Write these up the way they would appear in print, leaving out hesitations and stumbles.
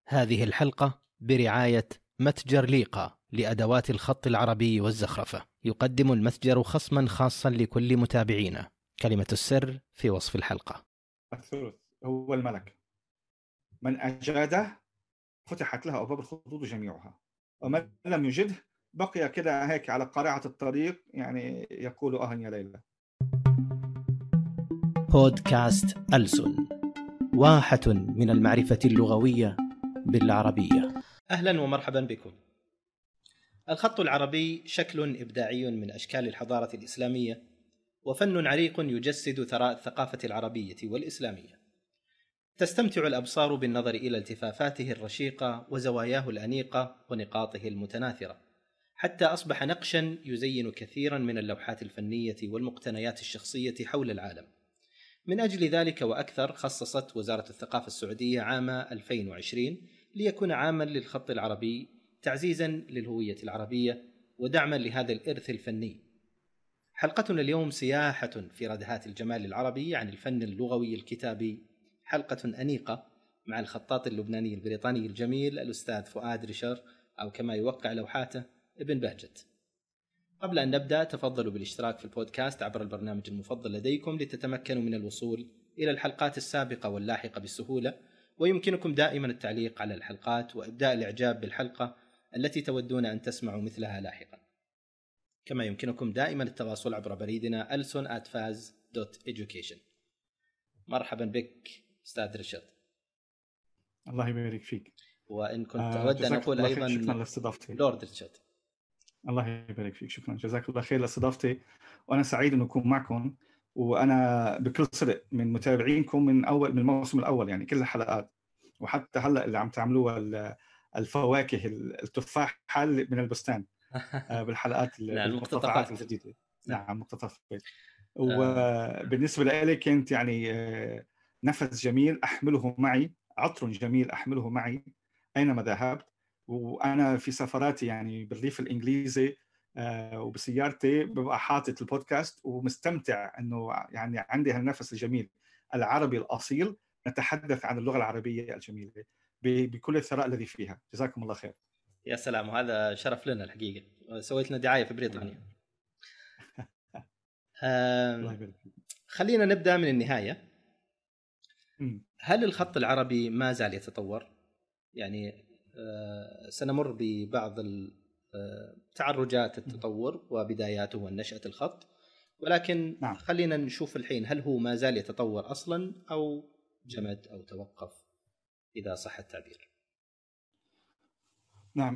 هذه الحلقة برعاية متجر ليقا لأدوات الخط العربي والزخرفة. يقدم المتجر خصما خاصا لكل متابعينا. كلمة السر في وصف الحلقة. الثلث هو الملك، من أجاده فتحت له أبواب الخطوط جميعها، ومن لم يجده بقي كده هيك على قارعة الطريق، يعني يقول يا ليلى. بودكاست ألسن، واحة من المعرفة اللغوية بالعربية. أهلا ومرحبا بكم. الخط العربي شكل إبداعي من أشكال الحضارة الإسلامية، وفن عريق يجسد ثراء الثقافة العربية والإسلامية. تستمتع الأبصار بالنظر إلى التفافاته الرشيقة وزواياه الأنيقة ونقاطه المتناثرة، حتى أصبح نقشا يزين كثيرا من اللوحات الفنية والمقتنيات الشخصية حول العالم. من أجل ذلك وأكثر خصصت وزارة الثقافة السعودية عام 2020 ليكون عاما للخط العربي، تعزيزا للهوية العربية ودعما لهذا الإرث الفني. حلقتنا اليوم سياحة في ردهات الجمال العربي عن الفن اللغوي الكتابي، حلقة أنيقة مع الخطاط اللبناني البريطاني الجميل الأستاذ فؤاد ريشر، أو كما يوقع لوحاته ابن بهجت. قبل أن نبدأ تفضلوا بالاشتراك في البودكاست عبر البرنامج المفضل لديكم لتتمكنوا من الوصول إلى الحلقات السابقة واللاحقة بسهولة، ويمكنكم دائما التعليق على الحلقات وإبداء الإعجاب بالحلقة التي تودون أن تسمعوا مثلها لاحقا. كما يمكنكم دائما التواصل عبر بريدنا alson@faz.education. مرحبا بك أستاذ رشد. الله يبارك فيك. وإن كنت أود أن أقول أيضا شكرا لاستضافتي. لورد رشد. الله يبارك فيك، شكرا، جزاك الله خير لاستضافتي، وأنا سعيد أن أكون معكم، وأنا بكل صدق من متابعينكم من الموسم الأول، يعني كل الحلقات، وحتى هلا اللي عم تعملوها الفواكه التفاح حل من البستان بالحلقات نعم، بالمقتطفات الجديدة. نعم، مقتطفات. وبالنسبة لي كنت يعني نفس جميل أحمله معي، عطر جميل أحمله معي أينما ذهبت، وأنا في سفراتي يعني بالريف الإنجليزي وبسيارتي ببقى حاطط البودكاست ومستمتع أنه يعني عندي هالنفس الجميل العربي الأصيل، نتحدث عن اللغة العربية الجميلة بكل الثراء الذي فيها. جزاكم الله خير. يا سلام، وهذا شرف لنا الحقيقة، سويت لنا دعاية في بريطانيا. الله يبارك فيك. خلينا نبدأ من النهاية. هل الخط العربي ما زال يتطور؟ يعني سنمر ببعض تعرجات التطور وبداياته ونشأة الخط، ولكن نعم. خلينا نشوف الحين هل هو ما زال يتطور أصلا أو جمد أو توقف، إذا صح التعبير. نعم،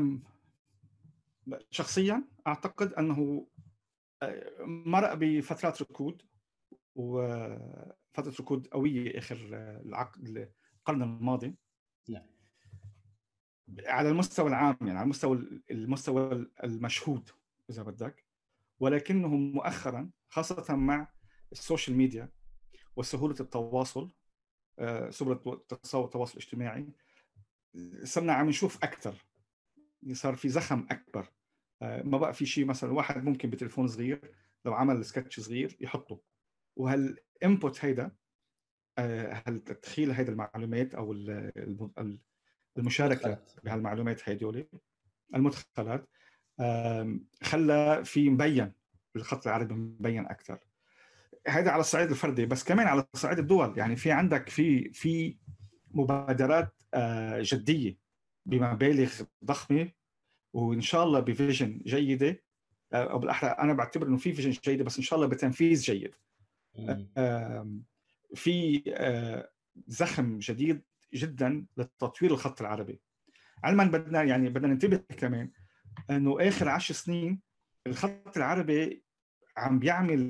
شخصيا أعتقد أنه مرق بفترات ركود، وفترة ركود قوية آخر القرن الماضي. نعم. على المستوى العام، يعني على المستوى المشهود إذا بدك، ولكنه مؤخرا خاصة مع السوشيال ميديا وسهولة التواصل، سبل التواصل الاجتماعي، صرنا عم نشوف أكثر، صار في زخم أكبر. ما بقى في شيء مثلا واحد ممكن بتليفون صغير لو عمل سكتش صغير يحطه، وهالانبوت هيدا هالتدخيل هيدا المعلومات او المشاركه بهالمعلومات هيدول المدخلات خلى في مبين بالخط العربي مبين اكثر. هذا على الصعيد الفردي، بس كمان على صعيد الدول، يعني في عندك في مبادرات جديه بمبالغ ضخمه، وان شاء الله بفيجن جيده، او بالاحرى انا بعتبر انه في فيجن جيده، بس ان شاء الله بتنفيذ جيد. في زخم جديد جدا لتطوير الخط العربي. علما بدنا ننتبه كمان انه اخر 10 سنين الخط العربي عم بيعمل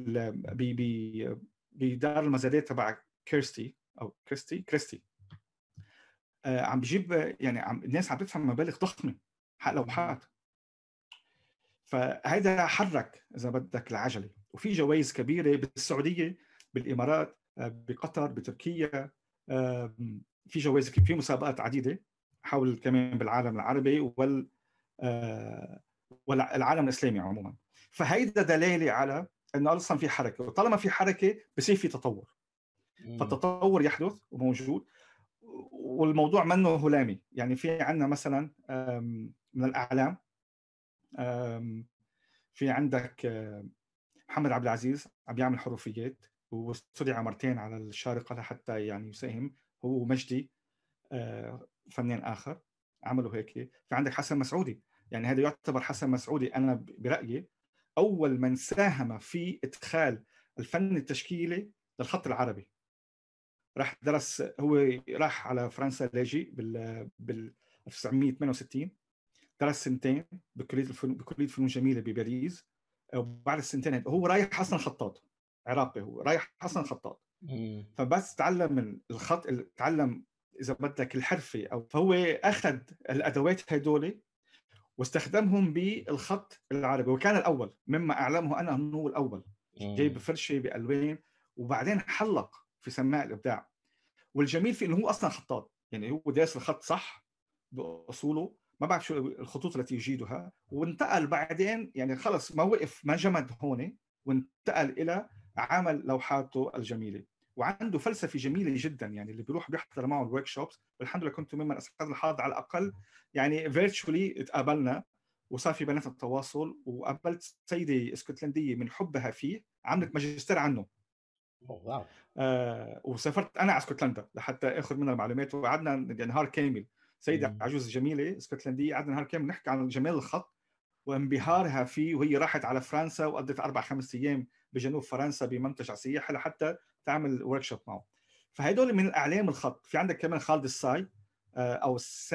بدار المزادات تبع كريستي عم بيجيب، يعني الناس عم تدفع مبالغ ضخمه حق لوحات، فهيدا حرك اذا بدك العجله. وفي جوائز كبيره بالسعوديه، بالامارات، بقطر، بتركيا، في جوائز، في مسابقات عديده حول كمان بالعالم العربي والعالم الاسلامي عموما. فهيدا دلاله على انه اصلا في حركه، وطالما في حركه بصير في تطور، فالتطور يحدث وموجود. والموضوع منه هلامي. يعني في عندنا مثلا من الأعلام في عندك محمد عبد العزيز عم بيعمل حروفيات واستدعى مرتين على الشارقة لحتى يعني يساهم، هو ومجدي فنان آخر عملوا هيك. في عندك حسن مسعودي، يعني هذا يعتبر حسن مسعودي أنا برأيي أول من ساهم في إدخال الفن التشكيلي للخط العربي. راح درس، هو راح على فرنسا لاجئ بال 1968، درس سنتين بكلية فنون جميلة بباريس. وبعد السنتين هو رايح أصلا خطاط عراقي، هو رايح أصلا خطاط. فبس تعلم من الخط، تعلم إذا بدك الحرفة، أو فهو أخذ الأدوات هدول واستخدمهم بالخط العربي، وكان الأول مما أعلمه أنا أنه هو الأول، جايب فرشة بألوان وبعدين حلق في سماء الإبداع. والجميل في انه هو اصلا خطاط، يعني هو دارس الخط صح باصوله، ما بعرف شو الخطوط التي يجيدها، وانتقل بعدين يعني خلص ما وقف، ما جمد هون، وانتقل الى عمل لوحاته الجميله. وعنده فلسفه جميله جدا، يعني اللي بيروح بيحضر معه الورك شوبس، والحمد لله كنت ممن اسعد الحظ على الاقل يعني فيرتشولي تقابلنا وصار في بيناتنا التواصل. وقابلت سيده اسكتلنديه من حبها فيه عملت ماجستير عنه. واو. وسافرت انا على اسكتلندا لحتى اخذ منها المعلومات، وقعدنا نهار كامل، سيده عجوز جميله اسكتلنديه، قعدنا نهار كامل نحكي عن جمال الخط وانبهارها فيه. وهي راحت على فرنسا وقضت 4-5 ايام بجنوب فرنسا بمنتجع سياحي لحتى تعمل ورك شوب معه. فهدول من الاعلام الخط. في عندك كمان خالد الصاي او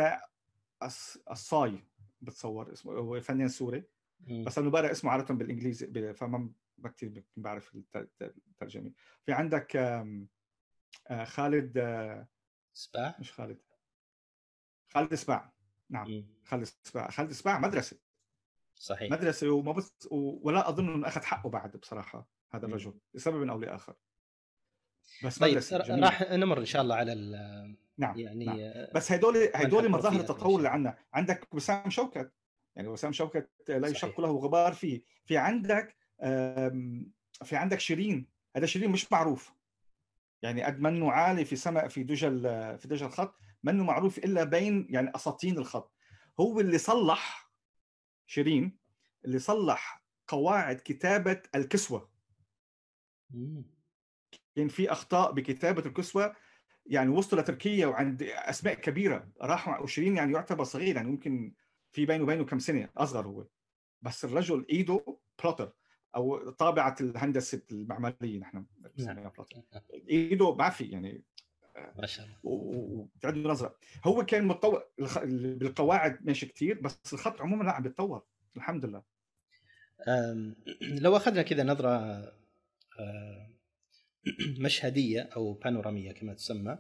الصاي بتصور اسمه، هو فنان سوري بس انا بقرا اسمه عاده بالانجليزي فما كثير بعرف الترجمه. في عندك خالد سباع، مش خالد سباع. نعم خالد سباع مدرسه صحيح. مدرسه وما بس ولا اظن انه اخذ حقه بعد بصراحه هذا الرجل لسبب او لاخر، بس طيب مدرسه جميله. راح نمر ان شاء الله على نعم يعني نعم. بس هدول مظاهر الحرفيات التطور اللي والاشياء. عندنا. عندك وسام شوكت، يعني وسام شوكت لا صحيح. يشق له غبار فيه. في عندك في عندك شيرين، هذا شيرين مش معروف، يعني قد منه عالي في سماء في دجى الخط، منه معروف الا بين يعني اساطين الخط. هو اللي صلح، شيرين اللي صلح قواعد كتابه الكسوه. كان في اخطاء بكتابه الكسوه، يعني وصلوا لتركيا وعند اسماء كبيره راحوا. وشيرين يعني يعتبر صغير، يعني ممكن في بينه وبينه كم سنه اصغر هو، بس الرجل ايده بلوتر او طابعه الهندسه المعماريه نحن بنسميها بلوتر. ايده بعفي يعني ما شاء الله. وبتعدوا نظره. هو كان متطور بالقواعد ماشي كثير، بس الخط عموما لا عم بيتطور الحمد لله. لو اخذنا كذا نظره مشهديه او بانوراميه كما تسمى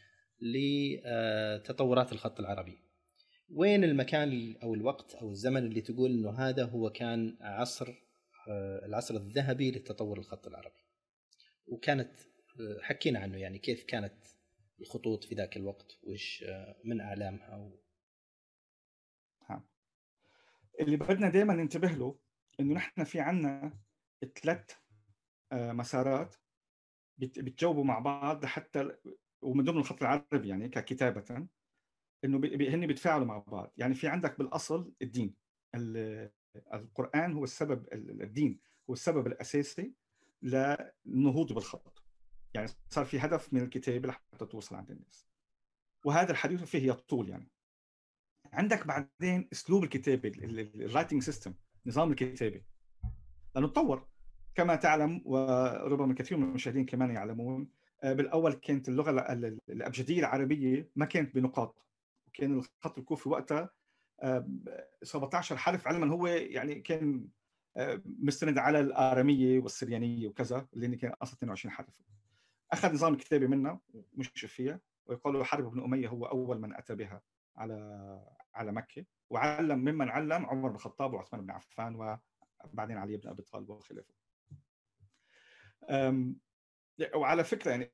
لتطورات الخط العربي، وين المكان او الوقت او الزمن اللي تقول انه هذا هو كان عصر العصر الذهبي للتطور الخط العربي؟ وكانت حكينا عنه، يعني كيف كانت الخطوط في ذاك الوقت، وإيش من أعلامها اللي بدنا دائما ننتبه له انه نحن في عنا 3 مسارات بتجاوبوا مع بعض حتى، ومن ضمن الخط العربي يعني ككتابة، انه هن بيتفاعلوا مع بعض. يعني في عندك بالاصل الدين، القرآن هو السبب، الدين هو السبب الاساسي للنهوض بالخط. يعني صار في هدف من الكتابة لحتى توصل عند الناس، وهذا الحديث فيه يطول. يعني عندك بعدين اسلوب الكتابه، الرايتنج سيستم، نظام الكتابه، لانه تطور كما تعلم، وربما كثير من المشاهدين كمان يعلمون. بالاول كانت اللغه الابجديه العربيه ما كانت بنقاط، وكان الخط الكوفي وقتها 17 حرف، علما هو يعني كان مستند على الاراميه والسريانيه وكذا اللي كان اصلا 22 حرف. اخذ نظام الكتابه منا مش فيها، ويقال حرب بن اميه هو اول من اتى بها على مكه، وعلم ممن علم عمر بن الخطاب وعثمان بن عفان وبعدين علي بن ابي طالب وخلافه. وعلى فكره يعني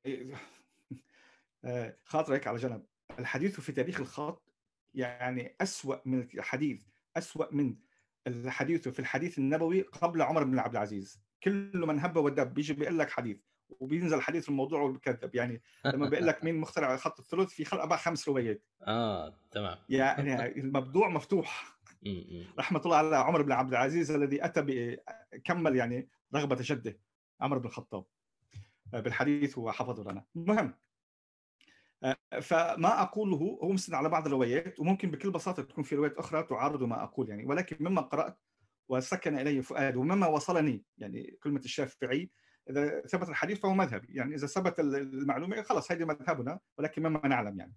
خاطر هيك على جنب، الحديث في تاريخ الخط يعني أسوأ من الحديث، أسوأ من الحديث في الحديث النبوي قبل عمر بن عبد العزيز. كل من هب ودب بيجي بيقول لك حديث، وبينزل الحديث في الموضوع وبكذب. يعني لما بيقول لك مين مخترع خط الثلث، في خلق بقى 5 روايات. تمام. يعني المبدوع مفتوح. رحمة الله على عمر بن عبد العزيز الذي أتى بكمل يعني رغبة جده عمر بن الخطاب بالحديث وحفظه لنا. المهم، فما أقوله هو مستند على بعض الروايات، وممكن بكل بساطة تكون في روايات أخرى تعارض ما أقول يعني، ولكن مما قرأت وسكن إلي فؤاد ومما وصلني، يعني كلمة الشافعي إذا ثبت الحديث فهو مذهبي، يعني إذا ثبت المعلومة خلاص هذه مذهبنا، ولكن مما نعلم يعني.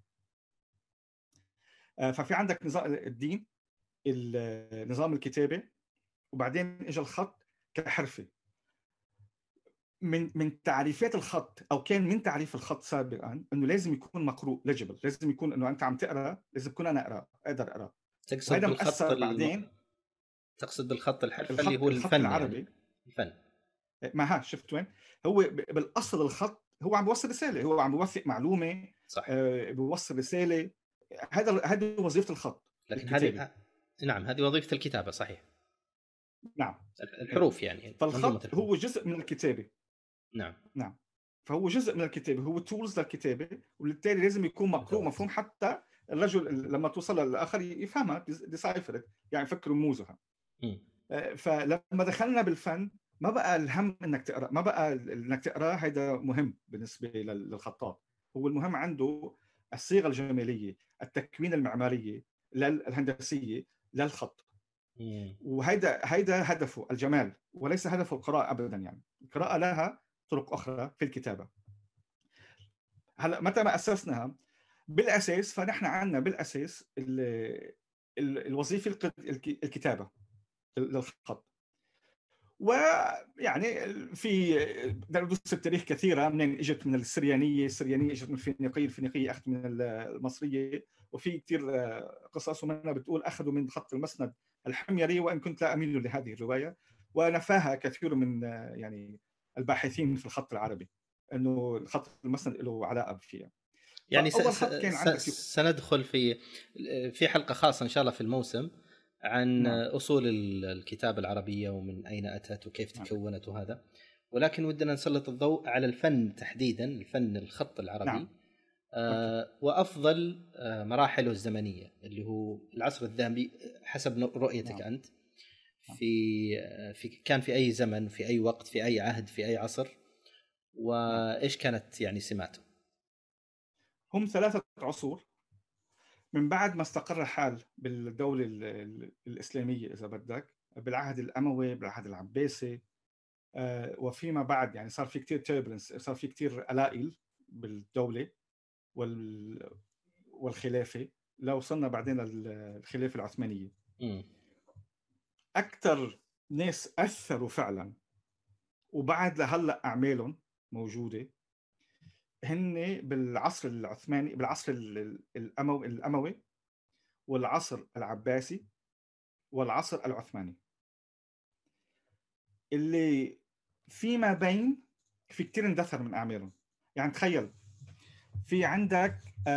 ففي عندك نظام الدين، نظام الكتابة، وبعدين اجى الخط كحرفة. من تعريفات الخط، او كان من تعريف الخط سابقا، انه لازم يكون مقروء ليجبل، لازم يكون انه انت عم تقرا، لازم اكون انا اقدر اقرا. تقصد وهذا بالخط مؤثر بعدين. تقصد بالخط الحرفي اللي هو الخط الفن العربي يعني. الفن. ما شفت وين هو بالاصل الخط هو عم بيوصل رساله، هو عم بيوثق معلومه، صح. بيوصل رساله. هذه وظيفه الخط، لكن الكتابه. نعم، هذه وظيفة الكتابة صحيح. نعم. الحروف يعني منظومة فالخط الحروف. هو جزء من الكتابه. نعم. فهو جزء من الكتابه، هو تولز للكتابه، وبالتالي لازم يكون مقروء مفهوم، حتى الرجل لما توصل للاخر يفهمها، ديسايفر يعني، يفك رموزها. فلما دخلنا بالفن ما بقى الهم انك تقرا، ما بقى انك تقرا هذا مهم بالنسبه للخطاط. هو المهم عنده الصيغه الجماليه، التكوين المعماريه الهندسيه للخط. وهيدا هدفه الجمال، وليس هدفه القراءه ابدا. يعني القراءه لها طرق اخرى في الكتابه. هلا متى ما اسسناها بالاساس، فنحن عندنا بالاساس الوظيفه الكتابه للخط. ويعني في دروس التاريخ كثيره، منين اجت من السريانيه اجت من الفينيقيه اخذت من المصريه، وفي كثير قصص ومنها بتقول اخذوا من خط المسند الحميري، وان كنت لا اميل لهذه الروايه، ونفاها كثير من يعني الباحثين في الخط العربي، انه الخط المسند له علاقه فيها. يعني فاول خط كان عندك سندخل في حلقه خاصه ان شاء الله في الموسم عن اصول الكتابه العربيه ومن اين اتت وكيف تكونت وهذا، ولكن ودنا نسلط الضوء على الفن تحديدا، الفن الخط العربي. وافضل مراحله الزمنيه اللي هو العصر الذهبي حسب رؤيتك انت، في كان في اي زمن، في اي وقت، في اي عهد، في اي عصر، وايش كانت يعني سماته؟ هم 3 عصور من بعد ما استقر الحال بالدولة الإسلامية إذا بدك، بالعهد الأموي، بالعهد العباسي، وفيما بعد يعني صار في كتير تيربلنس، صار في كتير قلائل بالدولة والخلافة، لو وصلنا بعدين للخلافة العثمانية. أكثر ناس أثروا فعلا وبعد لهلأ أعمالهم موجودة هن بالعصر العثماني، بالعصر الأموي والعصر العباسي والعصر العثماني. اللي فيما بين في كتير اندثر من أعمالهم. يعني تخيل في عندك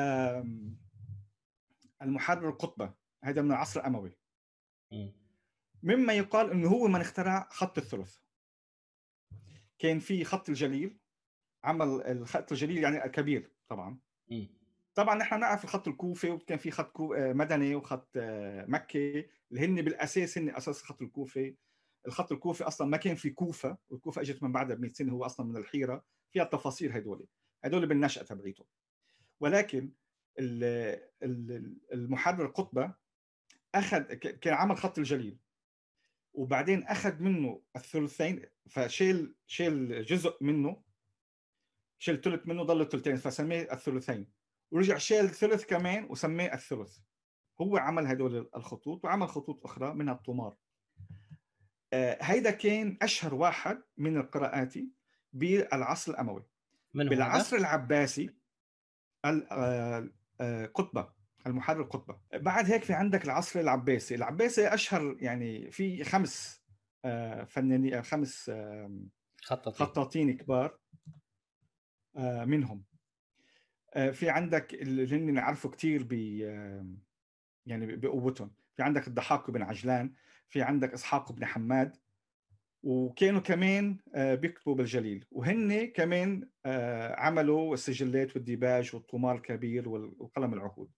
المحرر قطبة، هذا من العصر الأموي، مما يقال أنه هو من اخترع خط الثلث. كان في خط الجليل، عمل الخط الجليل يعني الكبير طبعا. طبعا نحن نعرف الخط الكوفي، وكان في خط مدني وخط مكي، اللي هن بالاساس هن اساس الخط الكوفي. الخط الكوفي اصلا ما كان في كوفه، والكوفه اجت من بعدها ب100 سنه، هو اصلا من الحيره، فيها التفاصيل هدول بالنشأة تبعيته. ولكن المحرر قطبة كان عمل خط الجليل، وبعدين اخذ منه الثلثين، فشيل جزء منه، شيل ثلث منه، ضل ثلثين، فسميه الثلثين، ورجع شيل ثلث كمان وسميه الثلث. هو عمل هدول الخطوط، وعمل خطوط أخرى منها الطمار. هيدا كان أشهر واحد من القراءات بالعصر الأموي. بالعصر العباسي قطبة، المحرر قطبة. بعد هيك في عندك العصر العباسي أشهر، يعني في 5 فنانين، 5 خطاطين كبار منهم. في عندك اللي نعرفه كتير يعني بقوتهم. في عندك الضحاك بن عجلان، في عندك إسحاق بن حماد، وكانوا كمان بيكتبوا بالجليل، وهن كمان عملوا السجلات والديباج والطمار الكبير وقلم العهود.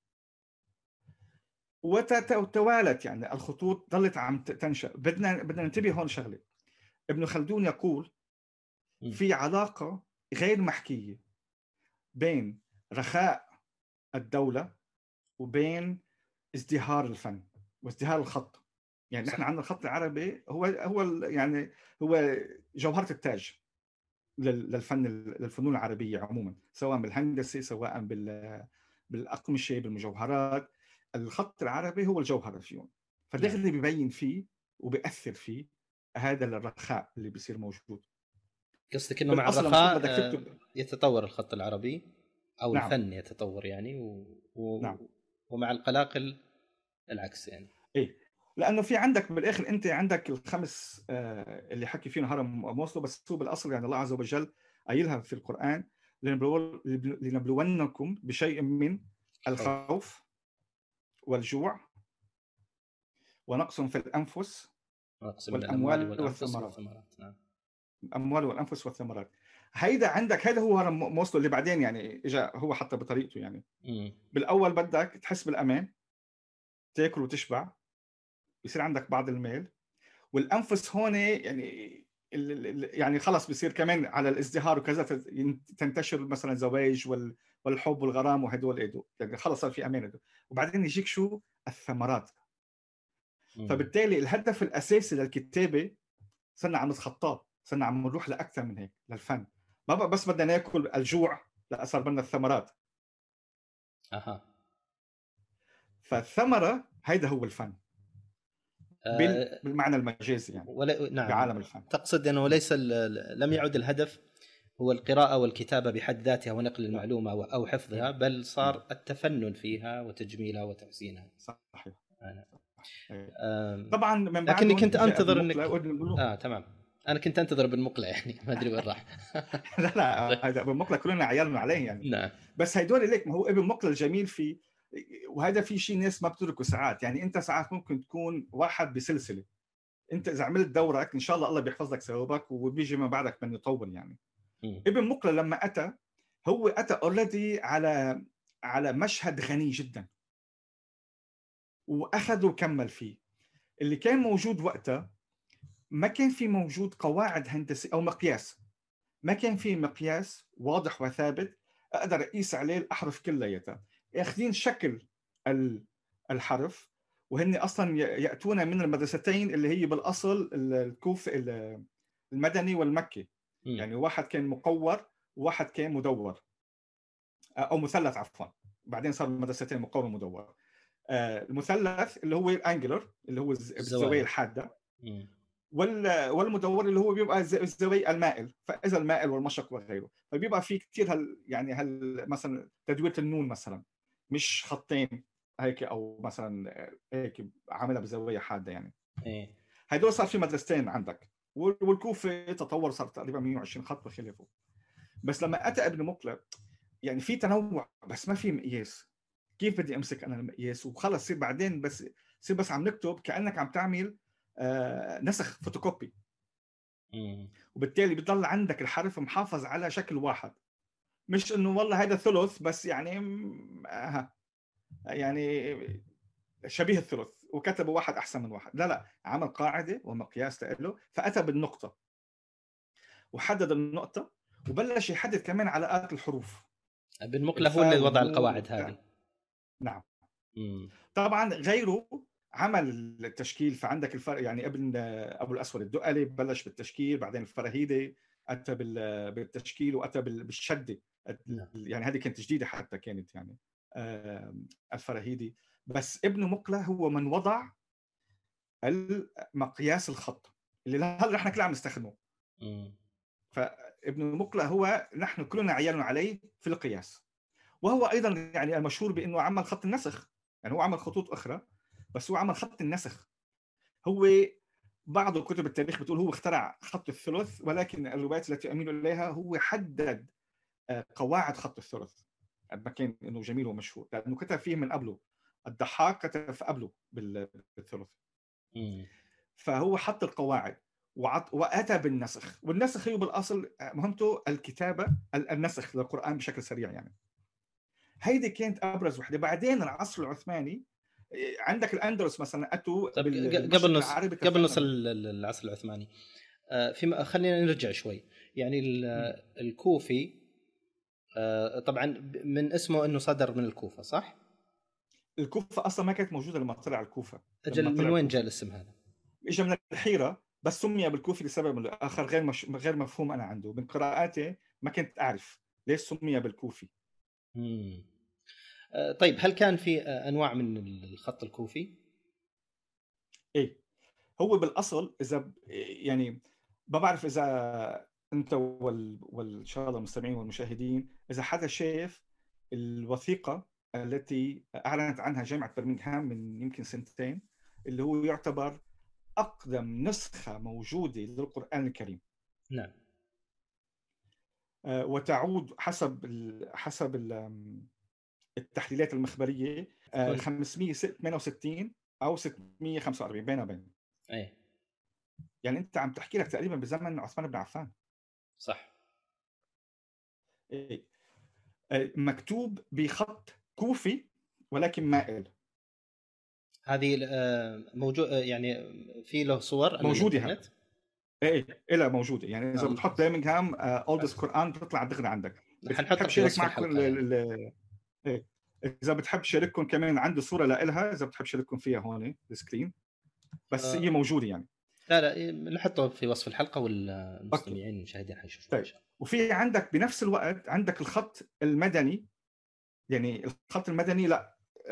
وتوالت يعني الخطوط ظلت عم تنشأ. بدنا ننتبه هون شغله. ابن خلدون يقول في علاقه غير محكيه بين رخاء الدوله وبين ازدهار الفن وازدهار الخط. يعني نحن عندنا الخط العربي يعني هو جوهرة التاج للفنون العربية عموما، سواء بالهندسة سواء بالأقمشة بالمجوهرات. الخط العربي هو الجوهرة فيهم، فدغري بيبين فيه وبيأثر فيه هذا الرخاء اللي بيصير موجود. قصدك انه مع الرخاء تكتب... يتطور الخط العربي او نعم. الفن يتطور يعني نعم. ومع القلاقل العكس يعني. ايه، لانه في عندك بالاخر انت عندك الخمس اللي حكي فيهم هرم موصله، بس هو بالاصل يعني الله عز وجل قايلها في القران: لنبلونكم بشيء من الخوف والجوع ونقص في الانفس ونقص من الاموال والاموال والانفس والثمرات. والثمرات. نعم. الاموال والانفس والثمرات. هيدا عندك، هذا هو هرم موصله اللي بعدين يعني اجى هو حتى بطريقته يعني. بالاول بدك تحس بالامان، تاكل وتشبع، يصير عندك بعض المال. والانفس هون يعني خلص بصير كمان على الازدهار وكذا، تنتشر مثلا الزواج والحب والغرام وهدول يعني خلص صار في امان. وبعدين يجيك شو الثمرات. فبالتالي الهدف الاساسي للكتابه صرنا عم نتخطاه، صرنا عم نروح لاكثر من هيك للفن. ما بقى بس بدنا ناكل الجوع، لا صار بدنا الثمرات. فالثمره هيدا هو الفن بالمعنى المجازي يعني. نعم. بعالم الفن تقصد انه ليس لم يعد الهدف هو القراءة والكتابة بحد ذاتها ونقل المعلومة أو حفظها، بل صار التفنن فيها وتجميلها وتحسينها. صحيح. صحيح. طبعا من بعد لكني كنت انتظر انك تمام. انا كنت انتظر بالمقلة يعني ما ادري وين راح. لا هذا ابن مقلة كلنا عيالنا عليه يعني. نعم. بس هيدول ليك، ما هو ابن مقلة الجميل فيه، وهذا في شيء ناس ما بتدركه ساعات. يعني انت ساعات ممكن تكون واحد بسلسله، انت اذا عملت دورك ان شاء الله الله بيحفظ لك ثوابك وبيجي من بعدك من يطول يعني. ابن مقلة لما اتى، هو اتى اوريدي على مشهد غني جدا، واخذ وكمل فيه. اللي كان موجود وقتها ما كان في موجود قواعد هندسية أو مقياس. ما كان في مقياس واضح وثابت أقدر أقيس عليه الأحرف كلياتها. ياخذين شكل الحرف، وهن أصلا يأتون من المدرستين اللي هي بالأصل الكوف المدني والمكي. يعني واحد كان مقور وواحد كان مدور أو مثلث عفوا، بعدين صار مدرستين مقور ومدور. المثلث اللي هو الانجلر اللي هو الزوايا الحاده، والمدور اللي هو بيبقى الزوايا المائل، فاذا المائل والمشرق وغيره. فبيبقى في كثير مثلا تدويره النون مثلا مش خطين هيك، او مثلا هيك عاملها بزوايا حاده يعني. هدول صار في مدرستين عندك، والكوفه تطور صار تقريبا 120 خط وخلافه. بس لما اتى ابن مقلة يعني في تنوع بس ما في مقياس. كيف بدي امسك انا المقياس وخلص صير بعدين صير بس عم نكتب كانك عم تعمل نسخ فوتوكوبي. وبالتالي بيضل عندك الحرف محافظ على شكل واحد، مش انه والله هذا ثلث بس يعني يعني شبيه الثلث وكتبوا واحد احسن من واحد. لا عمل قاعده ومقياس له، فاتى بالنقطه وحدد النقطه وبلش يحدد كمان علاقات الحروف. ابن مقلة هو اللي وضع القواعد هذه. نعم. طبعا غيره عمل التشكيل. فعندك الفرق يعني ابن ابو الاسود الدؤلي بلش بالتشكيل، بعدين الفراهيدي اتى بالتشكيل واتى بالشده. يعني هذه كانت جديده حتى كانت يعني الفراهيدي. بس ابن مقلة هو من وضع المقياس الخط اللي هلا نحن كلنا عم نستخدمه. فابن مقلة هو نحن كلنا عيالنا عليه في القياس. وهو ايضا يعني المشهور بانه عمل خط النسخ. يعني هو عمل خطوط اخرى بس هو عمل خط النسخ. هو بعض كتب التاريخ بتقول هو اخترع خط الثلث، ولكن الروايات التي اميل اليها هو حدد قواعد خط الثلث. ما كان انه جميل ومشهور لانه كتب فيه من قبله. الضحاك كتب قبله بالثلث. فهو حط القواعد واتى بالنسخ. والنسخ هو بالاصل مهمته الكتابه، النسخ للقران بشكل سريع يعني. هيدي كانت ابرز وحده. بعدين العصر العثماني عندك الاندلس مثلا اتوا طب بالمشرق العربي قبل نصل تفننوا. للعصر العثماني، خلينا نرجع شوي. يعني الكوفي طبعا من اسمه انه صدر من الكوفه، صح؟ الكوفه اصلا ما كانت موجوده لما طلع الكوفه. اجل، من وين جاء الاسم هذا؟ اجى من الحيره، بس سمي بالكوفي لسبب اخر غير مفهوم. انا عنده من قراءاتي ما كنت اعرف ليش سمي بالكوفي. طيب، هل كان في انواع من الخط الكوفي؟ ايه، هو بالاصل اذا يعني ما بعرف اذا انت وان شاء الله المستمعين والمشاهدين، اذا حدا شاف الوثيقه التي اعلنت عنها جامعه برمنغهام من يمكن سنتين، اللي هو يعتبر اقدم نسخه موجوده للقران الكريم. نعم. وتعود حسب التحليلات المخبريه 568 او 645 بين. ايه، يعني انت عم تحكي لك تقريبا بزمن عثمان بن عفان. صح. إيه. مكتوب بخط كوفي ولكن مائل. هذه موجود يعني، في له صور على موجوده الانترنت؟ ايه لا موجوده. يعني اذا بتحط برمنغهام اولدست قران بتطلع دغري عندك. حنحطها بتحب في شارك وصف معكم الحلقه يعني. إيه. اذا بتحب شارككم كمان عندي صوره لها، اذا بتحب شارككم فيها هون السكرين، بس هي موجوده يعني. لا نحطه في وصف الحلقه، اوكي. والمستمعين والمشاهدين حيشوفوه ان طيب، شاء الله. وفي عندك بنفس الوقت عندك الخط المدني. يعني الخط المدني لا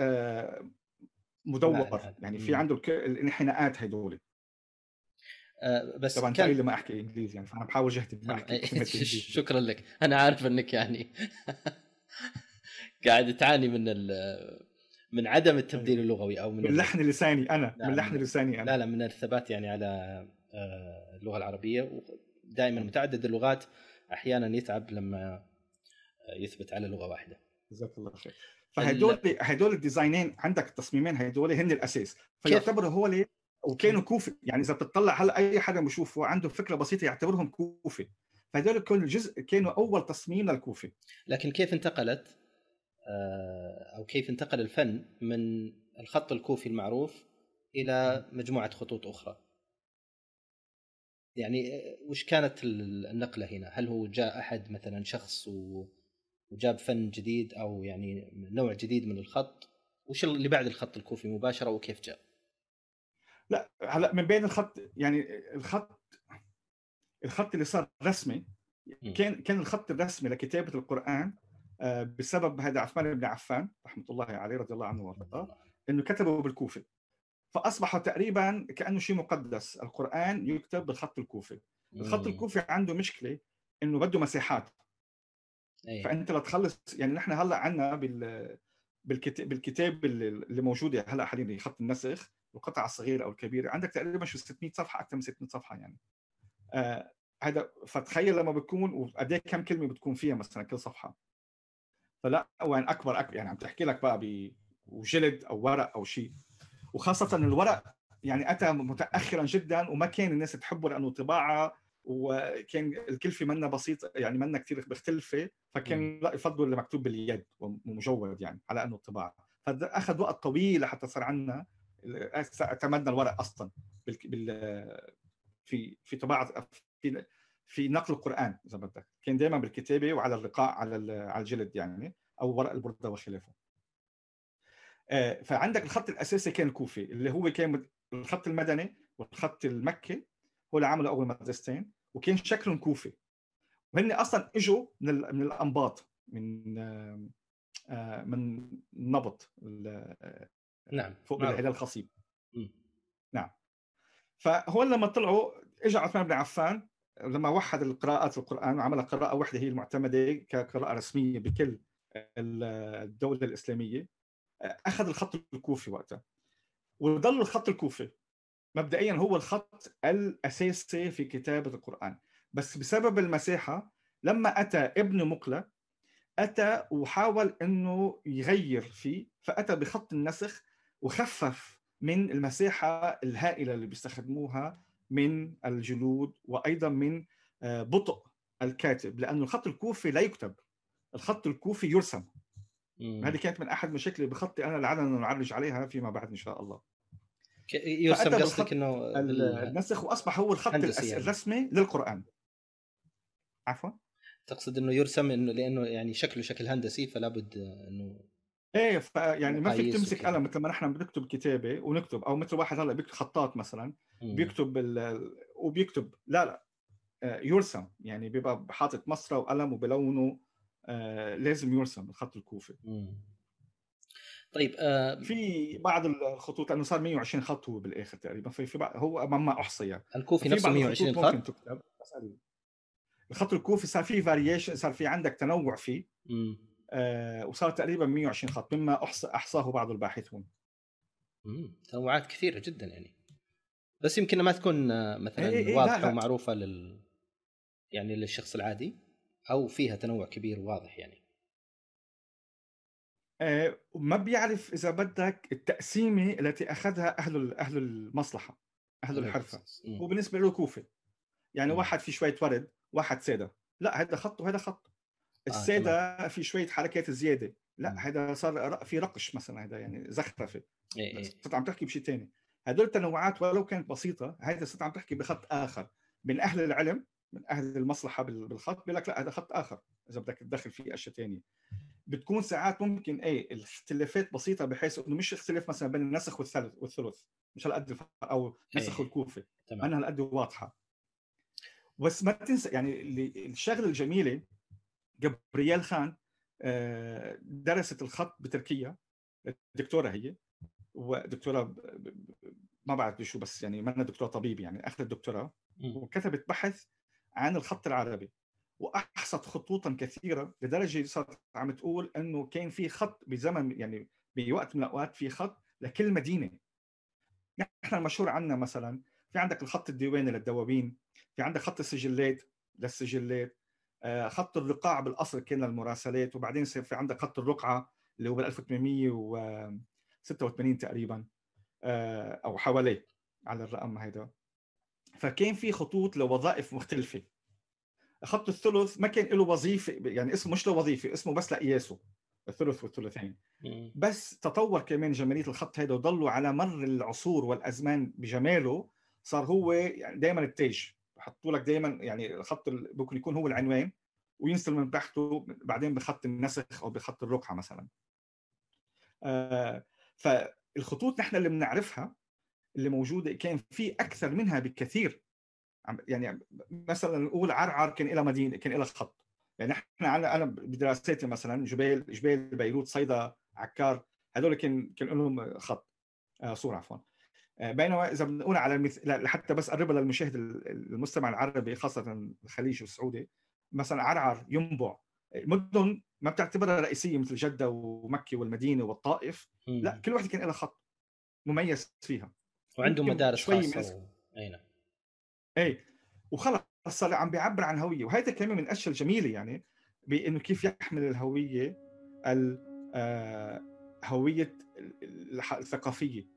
مدور، يعني في عنده الانحناءات هدول. بس طبعا انت كان قايل لي ما احكي انجليزي يعني، فانا بحاول جهدي ما احكي كلمه انجليزي. شكرا لك. انا عارف انك يعني قاعد تعاني من عدم التبديل أيوة. اللغوي، او من لحن لساني انا، من لحن لساني انا. لا، من الثبات يعني على اللغه العربيه. ودائما متعدد اللغات احيانا يتعب لما يثبت على لغه واحده. جزاك الله خير. فهدول الديزاينين عندك، التصميمين هدول هن الاساس، فيعتبروا هو وكانوا كوفي. يعني اذا بتطلع هلا اي حدا بشوفه عنده فكره بسيطه يعتبرهم كوفي. فهدول كل جزء كانوا اول تصميم للكوفي. لكن كيف انتقلت او كيف انتقل الفن من الخط الكوفي المعروف الى مجموعه خطوط اخرى؟ يعني وش كانت النقله هنا؟ هل هو جاء احد مثلا شخص وجاب فن جديد، او يعني نوع جديد من الخط؟ وش اللي بعد الخط الكوفي مباشره، وكيف جاء؟ لا هلا من بين الخط، يعني الخط اللي صار رسمي كان الخط الرسمي لكتابه القران بسبب هذا عثمان بن عفان رحمه الله عليه رضي الله عنه وارضاه، انه كتبه بالكوفه. فاصبح تقريبا كانه شيء مقدس، القران يكتب بالخط الكوفي. الخط الكوفي عنده مشكله انه بده مساحات. فانت لتخلص، يعني نحن هلا عندنا بالكتاب اللي موجوده هلا حاليا خط النسخ، القطعه الصغيره او الكبيره عندك تقريبا شو 600 صفحه، اكثر من 600 صفحه يعني. هذا فتخيل لما بتكون وقد ايه كم كلمه بتكون فيها مثلا كل صفحه. فلا وين اكبر يعني عم تحكي لك بقى وجلد او ورق او شيء. وخاصه الورق يعني اتى متاخرا جدا، وما كان الناس تحبه لانه طباعه، وكان الكلفه منا بسيطه يعني منا كثير مختلفه، فكان لا يفضلوا اللي مكتوب باليد ومجود يعني على انه الطباعه. فاخذ وقت طويل لحتى صار عندنا اعتمدنا الورق اصلا في طباعه في نقل القران اذا بدك، كان دائما بالكتابه وعلى الرقاع على الجلد يعني، او ورق البرده وخلافه. فعندك الخط الاساسي كان الكوفي، اللي هو كان الخط المدني والخط المكي، هو اللي عملوا اول مدرستين وكان شكلهم كوفي. وهن اصلا اجوا من الانباط، من نبط نعم، فوق بالهلال الخصيب. نعم. فهون لما طلعوا اجى عثمان بن عفان لما وحد القراءات القرآن وعمل قراءة واحدة هي المعتمدة كقراءة رسمية بكل الدولة الإسلامية، أخذ الخط الكوفي وقتها. وظل الخط الكوفي مبدئيا هو الخط الأساسي في كتابة القرآن. بس بسبب المساحة لما أتى ابن مقلة أتى وحاول أنه يغير فيه، فأتى بخط النسخ وخفف من المساحة الهائلة اللي بيستخدموها من الجلود وأيضا من بطء الكاتب، لأنه الخط الكوفي لا يكتب، الخط الكوفي يرسم. هذه كانت من أحد مشاكل بخطي أنا، لعلنا نعرج عليها فيما بعد إن شاء الله. يرسم قصدك إنه النسخ، وأصبح هو الخط يعني الرسمي للقرآن. عفوا، تقصد إنه يرسم إنه لأنه يعني شكله شكل هندسي، فلا بد إنه ايه، يعني ما فيك تمسك قلم مثل ما نحن بنكتب كتابه ونكتب، او مثل واحد هلا بيكتب خطاط مثلا بيكتب وبيكتب، لا يرسم، يعني بيبقى حاطط مسطره وقلم وبلونه، لازم يرسم الخط الكوفي. طيب في بعض الخطوط لانه صار 120 خط هو بالاخر تقريبا، في بعض هو ما احصى يعني. الكوفي نفسه 120 خط ممكن تكتب، الخط الكوفي صار فيه فاريشن، صار في عندك تنوع فيه. وصار تقريبا 120 خط مما احصاه بعض الباحثون. تنوعات كثيره جدا يعني، بس يمكن ما تكون مثلا واضحه لا. ومعروفه يعني للشخص العادي، او فيها تنوع كبير واضح يعني. ما بيعرف اذا بدك التقسيمه التي اخذها اهل المصلحه، اهل الحرفه. هو بالنسبه له كوفي يعني واحد في شويه ورد، واحد ساده، لا هذا خط وهذا خط. الساده في شويه حركات زياده، لا هذا صار في رقش مثلا، هذا يعني زخرفه. صرت عم تحكي بشيء ثاني. هدول التنوعات ولو كانت بسيطه، هذا صرت عم تحكي بخط اخر من اهل العلم، من اهل المصلحه بالخط، بيقول لك لا هذا خط اخر اذا بدك تدخل فيه اشياء ثانيه. بتكون ساعات ممكن الاختلافات بسيطه، بحيث انه مش اختلاف مثلا بين النسخ والثلث، مش هالقد، او نسخ والكوفه انا هالقد واضحه. بس ما تنسى يعني الشغله الجميله، جبريال خان درست الخط بتركيا، دكتوره هي، ودكتوره ما بعرف بشو، بس يعني ما دكتوره طبيب يعني، اخذت دكتوراه وكتبت بحث عن الخط العربي، واحصت خطوطا كثيره لدرجه صارت عم تقول انه كان في خط بزمن، يعني بوقت من الاوقات في خط لكل مدينه. نحن المشهور عندنا مثلا في عندك الخط الديواني للدواوين، في عندك خط السجلات للسجلات، خط الرقاع بالاصل كان للمراسلات، وبعدين صار في عندك خط الرقعه اللي هو بال 1886 تقريبا، او حواليه على الرقم هيدا. فكان في خطوط لوظائف مختلفه. خط الثلث ما كان له وظيفه، يعني اسمه مش له وظيفه، اسمه بس لقياسه الثلث والثلثين. بس تطور كمان جماليه الخط هذا، وضلوا على مر العصور والازمان بجماله، صار هو يعني دائما التاج، بحطوا لك دائما يعني الخط ممكن يكون هو العنوان، وينزل من تحته بعدين بخط النسخ او بخط الرقعه مثلا. فالخطوط نحن اللي بنعرفها اللي موجوده كان في اكثر منها بكثير. يعني مثلا نقول عرعر كان لها مدينه، كان لها خط. يعني انا بدراساتي مثلا جبال بيروت، صيدا، عكار، هذول كان لهم خط صوره عفوا. بينما اذا بنقول على لحتى بس قربها للمشاهد المستمع العربي خاصه الخليج والسعودي، مثلا عرعر، ينبع، مدن ما بتعتبرها رئيسيه مثل جده ومكه والمدينه والطائف، لا كل واحده كان لها خط مميز فيها، وعندهم مدارس خاصه اي وخلص صار عم بيعبر عن هويه. وهذا كمان من الاشياء الجميله يعني، بانه كيف يحمل الهويه هويه الثقافيه.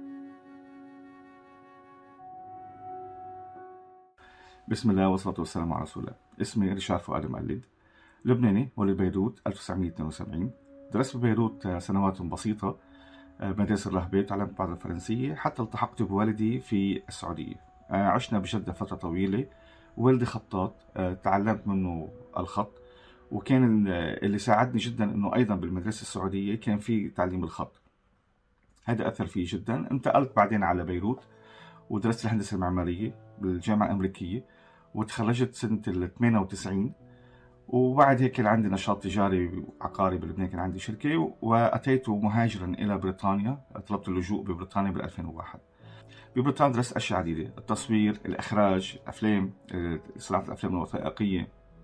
بسم الله والصلاة والسلام على رسول الله. اسمي رشاد فؤاد مقلد، لبناني، ولد بيروت 1972. درست ببيروت سنوات بسيطة بمدارس الراهبة، تعلمت بعض الفرنسية حتى التحقت بوالدي في السعودية. عشنا بجدة فترة طويلة، والدي خطاط، تعلمت منه الخط، وكان اللي ساعدني جدا انه ايضا بالمدرسة السعودية كان في تعليم الخط، هذا اثر فيه جدا. انتقلت بعدين على بيروت ودرست الهندسة المعمارية بالجامعة الأمريكية، وتخرجت سنة 98. وبعد هيك كان عندي نشاط تجاري عقاري بلبنان، كان عندي شركة، وأتيت مهاجرا إلى بريطانيا، طلبت اللجوء ببريطانيا بال 2001. ببريطانيا درست أشياء عديدة، التصوير، الإخراج، الأفلام، صناعة الأفلام الوثائقية،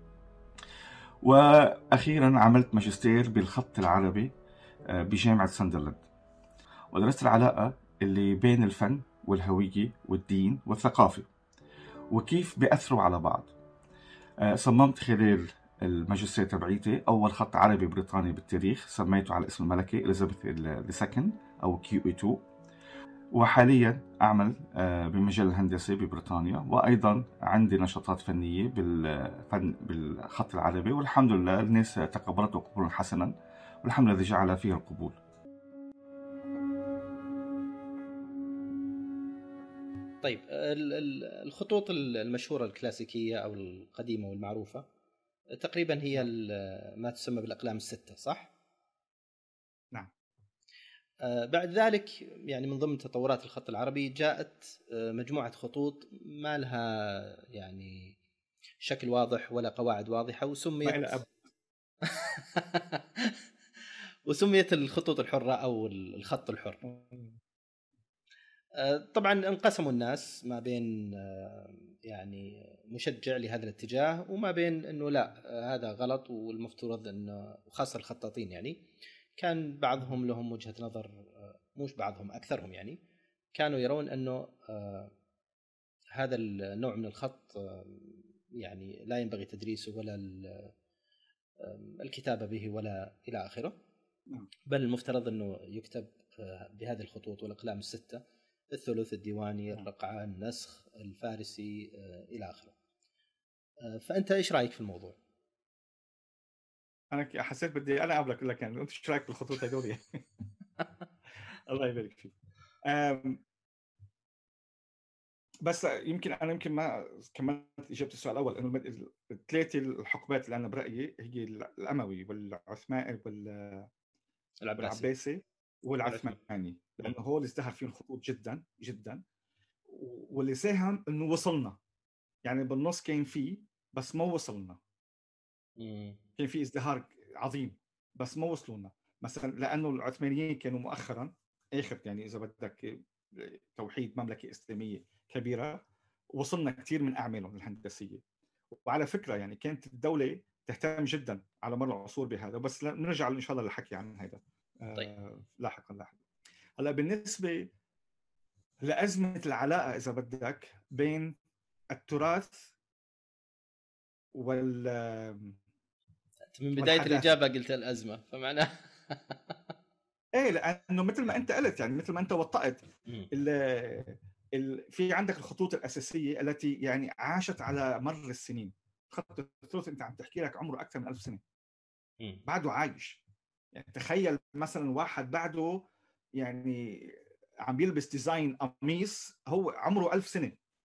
وأخيرا عملت ماجستير بالخط العربي بجامعة ساندرلاند، ودرست العلاقة اللي بين الفن والهوية والدين والثقافة وكيف بيأثروا على بعض. صممت خلال الماجستير تبعيتي أول خط عربي بريطاني بالتاريخ، سميته على اسم الملكة إليزابيث II أو QE2. وحاليا أعمل بمجال الهندسة ببريطانيا، وأيضا عندي نشاطات فنية بالخط العربي، والحمد لله الناس تقبلته قبولا حسنا، والحمد لله جعل فيه القبول. طيب الخطوط المشهورة الكلاسيكية أو القديمة والمعروفة تقريبا هي ما تسمى بالأقلام الستة، صح؟ نعم. بعد ذلك يعني من ضمن تطورات الخط العربي جاءت مجموعة خطوط ما لها يعني شكل واضح ولا قواعد واضحة، وسميت الخطوط الحرة أو الخط الحر. طبعا انقسموا الناس ما بين يعني مشجع لهذا الاتجاه وما بين انه لا هذا غلط والمفترض انه، وخاصه الخطاطين يعني كان بعضهم لهم وجهة نظر، مش بعضهم اكثرهم يعني كانوا يرون انه هذا النوع من الخط يعني لا ينبغي تدريسه ولا الكتابة به ولا الى اخره، بل المفترض انه يكتب بهذه الخطوط والاقلام الستة: الثلث، الديواني، الرقعة، النسخ، الفارسي إلى آخره. فأنت إيش رأيك في الموضوع؟ أنا حسيت بدي أنا أقابلك أقول لك يعني أنت إيش رأيك بالخطوط هذول؟ الله يبارك فيك. بس يمكن ما كملت إجابة السؤال الأول، إنه الثلاثة الحقبات اللي أنا برأيي هي الأموي والعثماني والعباسي والعثماني، لأنه هو اللي ازدهر فيه الخطوط جدا جدا، واللي ساهم إنه وصلنا. يعني بالنص كان فيه بس ما وصلنا، كان في ازدهار عظيم بس ما وصلونا. مثلا لأنه العثمانيين كانوا مؤخرا آخر، يعني إذا بدك توحيد مملكة إسلامية كبيرة، وصلنا كثير من أعمالهم الهندسية. وعلى فكرة يعني كانت الدولة تهتم جدا على مر العصور بهذا، بس نرجع إن شاء الله للحكي عن هذا لاحقا. هلا بالنسبة لأزمة العلاقة إذا بدك بين التراث من بداية الإجابة قلت الأزمة، فمعناه ايه، لانه مثل ما انت قلت، يعني مثل ما انت وطأت في عندك الخطوط الاساسيه التي يعني عاشت على مر السنين. خط الثلث انت عم تحكي لك عمره اكثر من 1000 سنه، بعده عايش. يعني تخيل مثلا واحد بعده يعني عم بيلبس ديزاين قميص هو عمره 1000 سنه.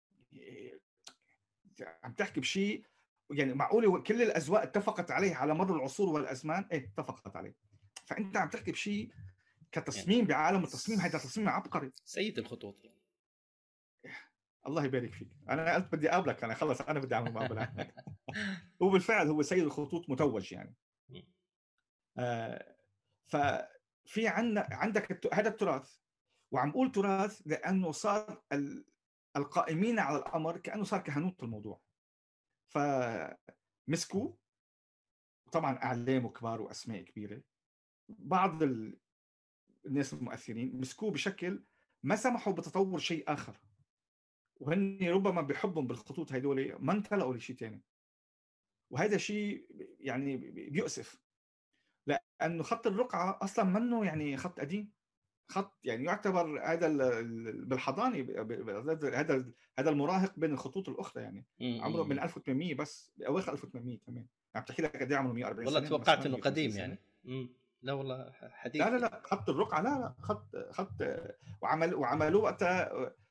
عم تحكي بشيء يعني معقوله كل الاذواق اتفقت عليه على مر العصور والازمان؟ ايه اتفقت عليه. فانت عم تحكي بشيء كتصميم يعني بعالم التصميم، هذا تصميم عبقري، سيد الخطوط يعني. الله يبارك فيك. انا قلت بدي اقابلك، انا خلص انا بدي اعمل مقابله. هو بالفعل هو سيد الخطوط متوج يعني. ففي عندك هذا التراث، وعم بقول تراث لانه صار القائمين على الامر كانه صار كهنوت الموضوع. فمسكوا طبعا اعلام وكبار واسماء كبيره، بعض الناس المؤثرين مسكوه بشكل ما سمحوا بتطور شيء اخر، وهن ربما بحبهم بالخطوط هدول ما انطلقوا لشيء ثاني. وهذا شيء يعني بيؤسف، لانه خط الرقعه اصلا منه يعني خط قديم، خط يعني يعتبر هذا بالحضانه، هذا المراهق بين الخطوط الاخرى، يعني عمره من 1800 بس، باواخر 1800 كمان. عم تحكي لك قد ايه عمره؟ 140 والله سنه. توقعت انه قديم يعني. لا والله حديث. لا خط الرقعه لا خط وعملوه وقتها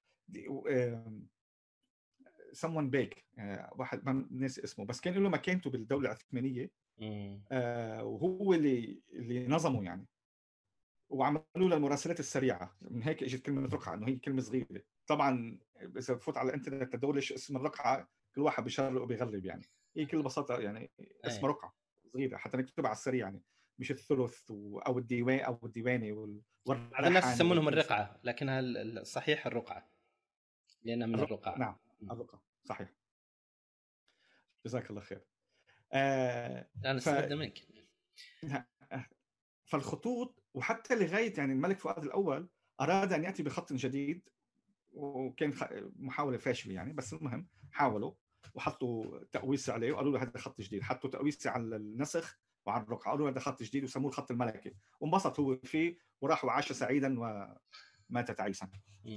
someone big، واحد ما ناسي اسمه، بس كان له مكانته بالدوله العثمانيه. وهو اللي نظمه يعني. وعملوا له المراسلات السريعه، من هيك اجت كلمه رقعه، انه هي كلمه صغيره. طبعا اذا بفوت على الانترنت تدولش اسم الرقعه، كل واحد بيشرق وبيغلب يعني. هي كل بساطه يعني اسمها رقعه صغيره حتى نكتبها على السريع، يعني مش الثلث او الديوان او الديواني بعض الناس يسمونهم الرقعه، لكنها الصحيح الرقعه لانها من الرقعه. نعم الرقعه صحيح. جزاك الله خير. انا استفدت منك. فالخطوط، وحتى لغايه يعني الملك فؤاد الاول اراد ان ياتي بخط جديد، وكان محاوله فاشله يعني، بس المهم حاولوا وحطوا تقويسه عليه وقالوا له هذا خط جديد. حطوا تقويسه على النسخ وعلى الرقعه، قالوا هذا خط جديد وسموه الخط الملكي، وانبسط هو فيه وراح وعاش سعيدا ماتت عيسى.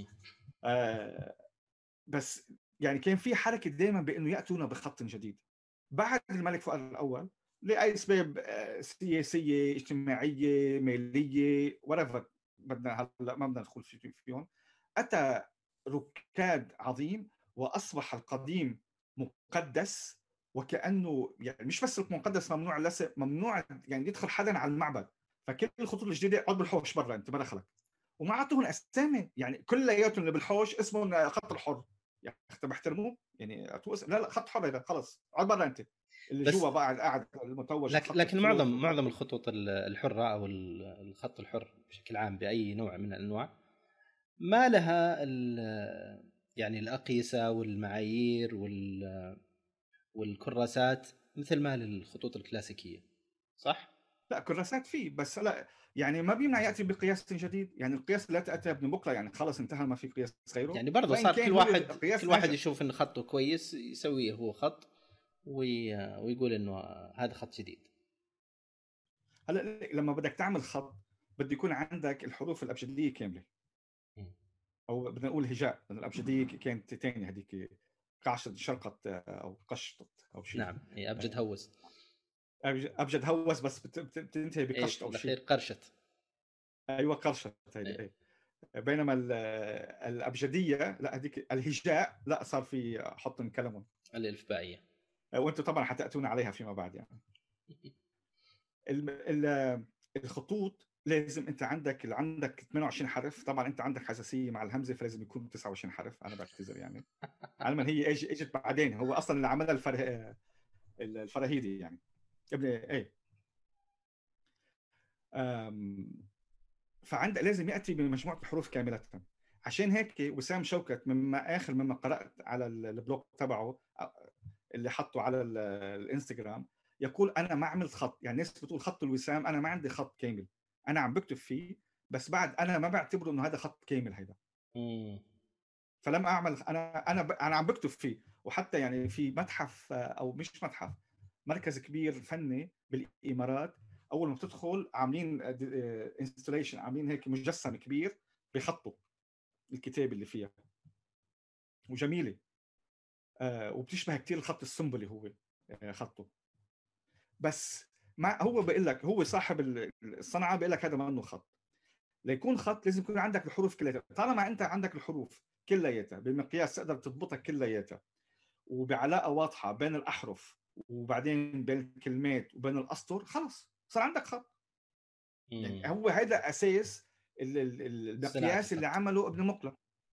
بس يعني كان في حركه دائما بانه ياتون بخط جديد بعد الملك فؤاد الاول لاي اسباب سياسيه اجتماعيه ماليه whatever، بدنا هلا ما بدنا ندخل فيهم. اتى ركاد عظيم واصبح القديم مقدس، وكانه يعني مش بس مقدس ممنوع اللصق، ممنوع يعني يدخل حدا على المعبد. فكل الخطوط الجديده اقعد بالحوش برا، انت ما دخلك. وما اعطوهم اسامي، يعني كلياتهم اللي بالحوش اسمهم خط الحر. يا اخي بحترموه يعني لا خط حر هذا، خلص اقعد برا انت. اللي جوا قاعد المتوج. لكن معظم الخطوط الحرة أو الخط الحر بشكل عام بأي نوع من الأنواع ما لها يعني الأقيسة والمعايير والكراسات مثل ما للخطوط الكلاسيكية، صح؟ لا كراسات فيه، بس لا يعني ما بيمنع ياتي بقياس جديد. يعني القياس لا تاتي ابن بكره، يعني خلص انتهى ما في قياس غيره. يعني برضه صار كل واحد يشوف ان خطه كويس يسويه هو خط ويقول انه هذا خط جديد. هلا لما بدك تعمل خط بده يكون عندك الحروف الابجديه كامله، او بدنا نقول هجاء، لان الابجديه كانت ثاني هذيك قعشت شرقت او قشطت او شيء. نعم هي ابجد هوس. ابجد هوس، بس بتنتهي بقشط او شيء. الاخير قرشت. ايوه قرشت هيدي. ايه. بينما الابجديه لا، هذيك الهجاء لا صار في حط كلمهم الالفبائيه، وانتم طبعا حتاتون عليها فيما بعد. يعني الخطوط لازم انت عندك 28 حرف. طبعا انت عندك حساسيه مع الهمزه، فلازم يكون 29 حرف. انا بعتذر يعني علما هي اجت بعدين، هو اصلا اللي عملها الفراهيدي يعني ابن ايه. فعندك لازم ياتي بمجموعه الحروف كامله. عشان هيك وسام شوكت مما قرات على البلوج تبعه اللي حطه على الانستغرام، يقول انا ما عملت خط. يعني الناس بتقول خط الوسام، انا ما عندي خط كامل، انا عم بكتب فيه بس بعد انا ما بعتبره انه هذا خط كامل هيدا. فلم اعمل انا عم بكتب فيه. وحتى يعني في متحف او مش متحف، مركز كبير فني بالامارات، اول ما بتدخل عاملين انستليشن، عاملين هيك مجسم كبير بخطوا الكتاب اللي فيها، وجميله وبتشبه كثير الخط السنبلي هو خطه. بس ما هو بقول لك، هو صاحب الصنعه بيقول لك هذا ما انه خط. ليكون خط لازم يكون عندك الحروف كلياتها. طالما انت عندك الحروف كلياتها بمقياس تقدر تضبطها كلياتها وبعلاقه واضحه بين الاحرف وبعدين بين الكلمات وبين الاسطر، خلص صار عندك خط. يعني هو هذا اساس المقياس اللي عمله ابن مقلة.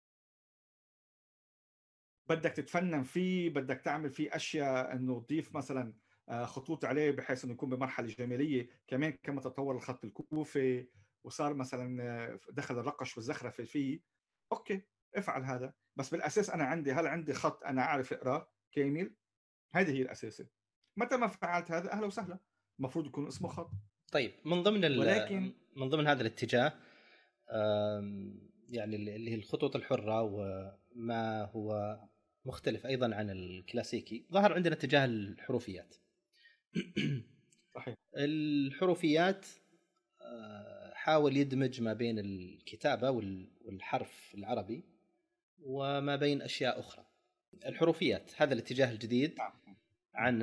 بدك تتفنن فيه، بدك تعمل فيه اشياء انه تضيف مثلا خطوط عليه بحيث انه يكون بمرحله جماليه. كمان كما تطور الخط الكوفي وصار مثلا دخل الرقش والزخرفه فيه، اوكي افعل هذا. بس بالاساس انا عندي خط انا اعرف اقراه كامل، هذه هي الاساسه. متى ما فعلت هذا اهلا وسهلا، المفروض يكون اسمه خط. طيب ولكن من ضمن هذا الاتجاه يعني اللي هي الخطوط الحره وما هو مختلف ايضا عن الكلاسيكي، ظهر عندنا اتجاه الحروفيات. صحيح. الحروفيات حاول يدمج ما بين الكتابة والحرف العربي وما بين أشياء أخرى. الحروفيات هذا الاتجاه الجديد عن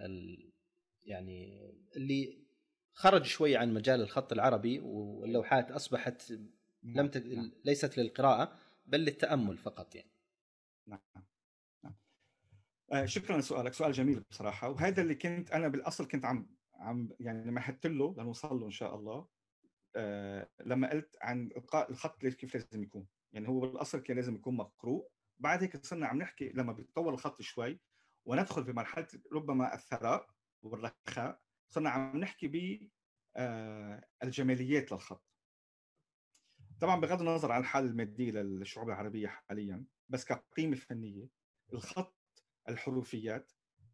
يعني اللي خرج شوي عن مجال الخط العربي، واللوحات أصبحت ليست للقراءة بل للتأمل فقط يعني. نعم. شكرا لسؤالك، سؤال جميل بصراحة. وهذا اللي كنت أنا بالأصل كنت عم يعني مهدت له لنوصل له إن شاء الله. لما قلت عن إلقاء الخط كيف لازم يكون، يعني هو بالأصل كان لازم يكون مقروء. بعد هيك صرنا عم نحكي لما بيتطور الخط شوي وندخل في مرحلة ربما الثراء والرخاء، صرنا عم نحكي ب الجماليات للخط. طبعا بغض النظر عن الحالة المادية للشعوب العربية حاليا، بس كقيمة فنية الخط الحروفيات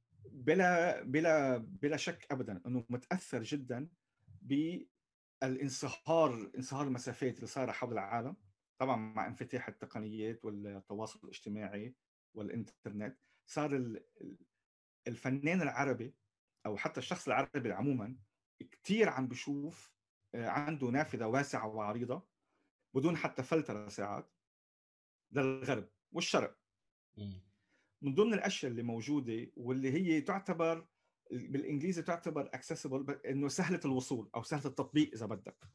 بلا شك ابدا انه متاثر جدا بالانصهار المسافات اللي صار حول العالم. طبعا مع انفتاح التقنيات والتواصل الاجتماعي والانترنت، صار الفنان العربي او حتى الشخص العربي عموما كثير عم بشوف عنده نافذه واسعه وعريضه بدون حتى فلترة ساعات للغرب والشرق. من ضمن الاشياء اللي موجوده واللي هي تعتبر بالانجليزي تعتبر accessible، انه سهله الوصول او سهله التطبيق اذا بدك،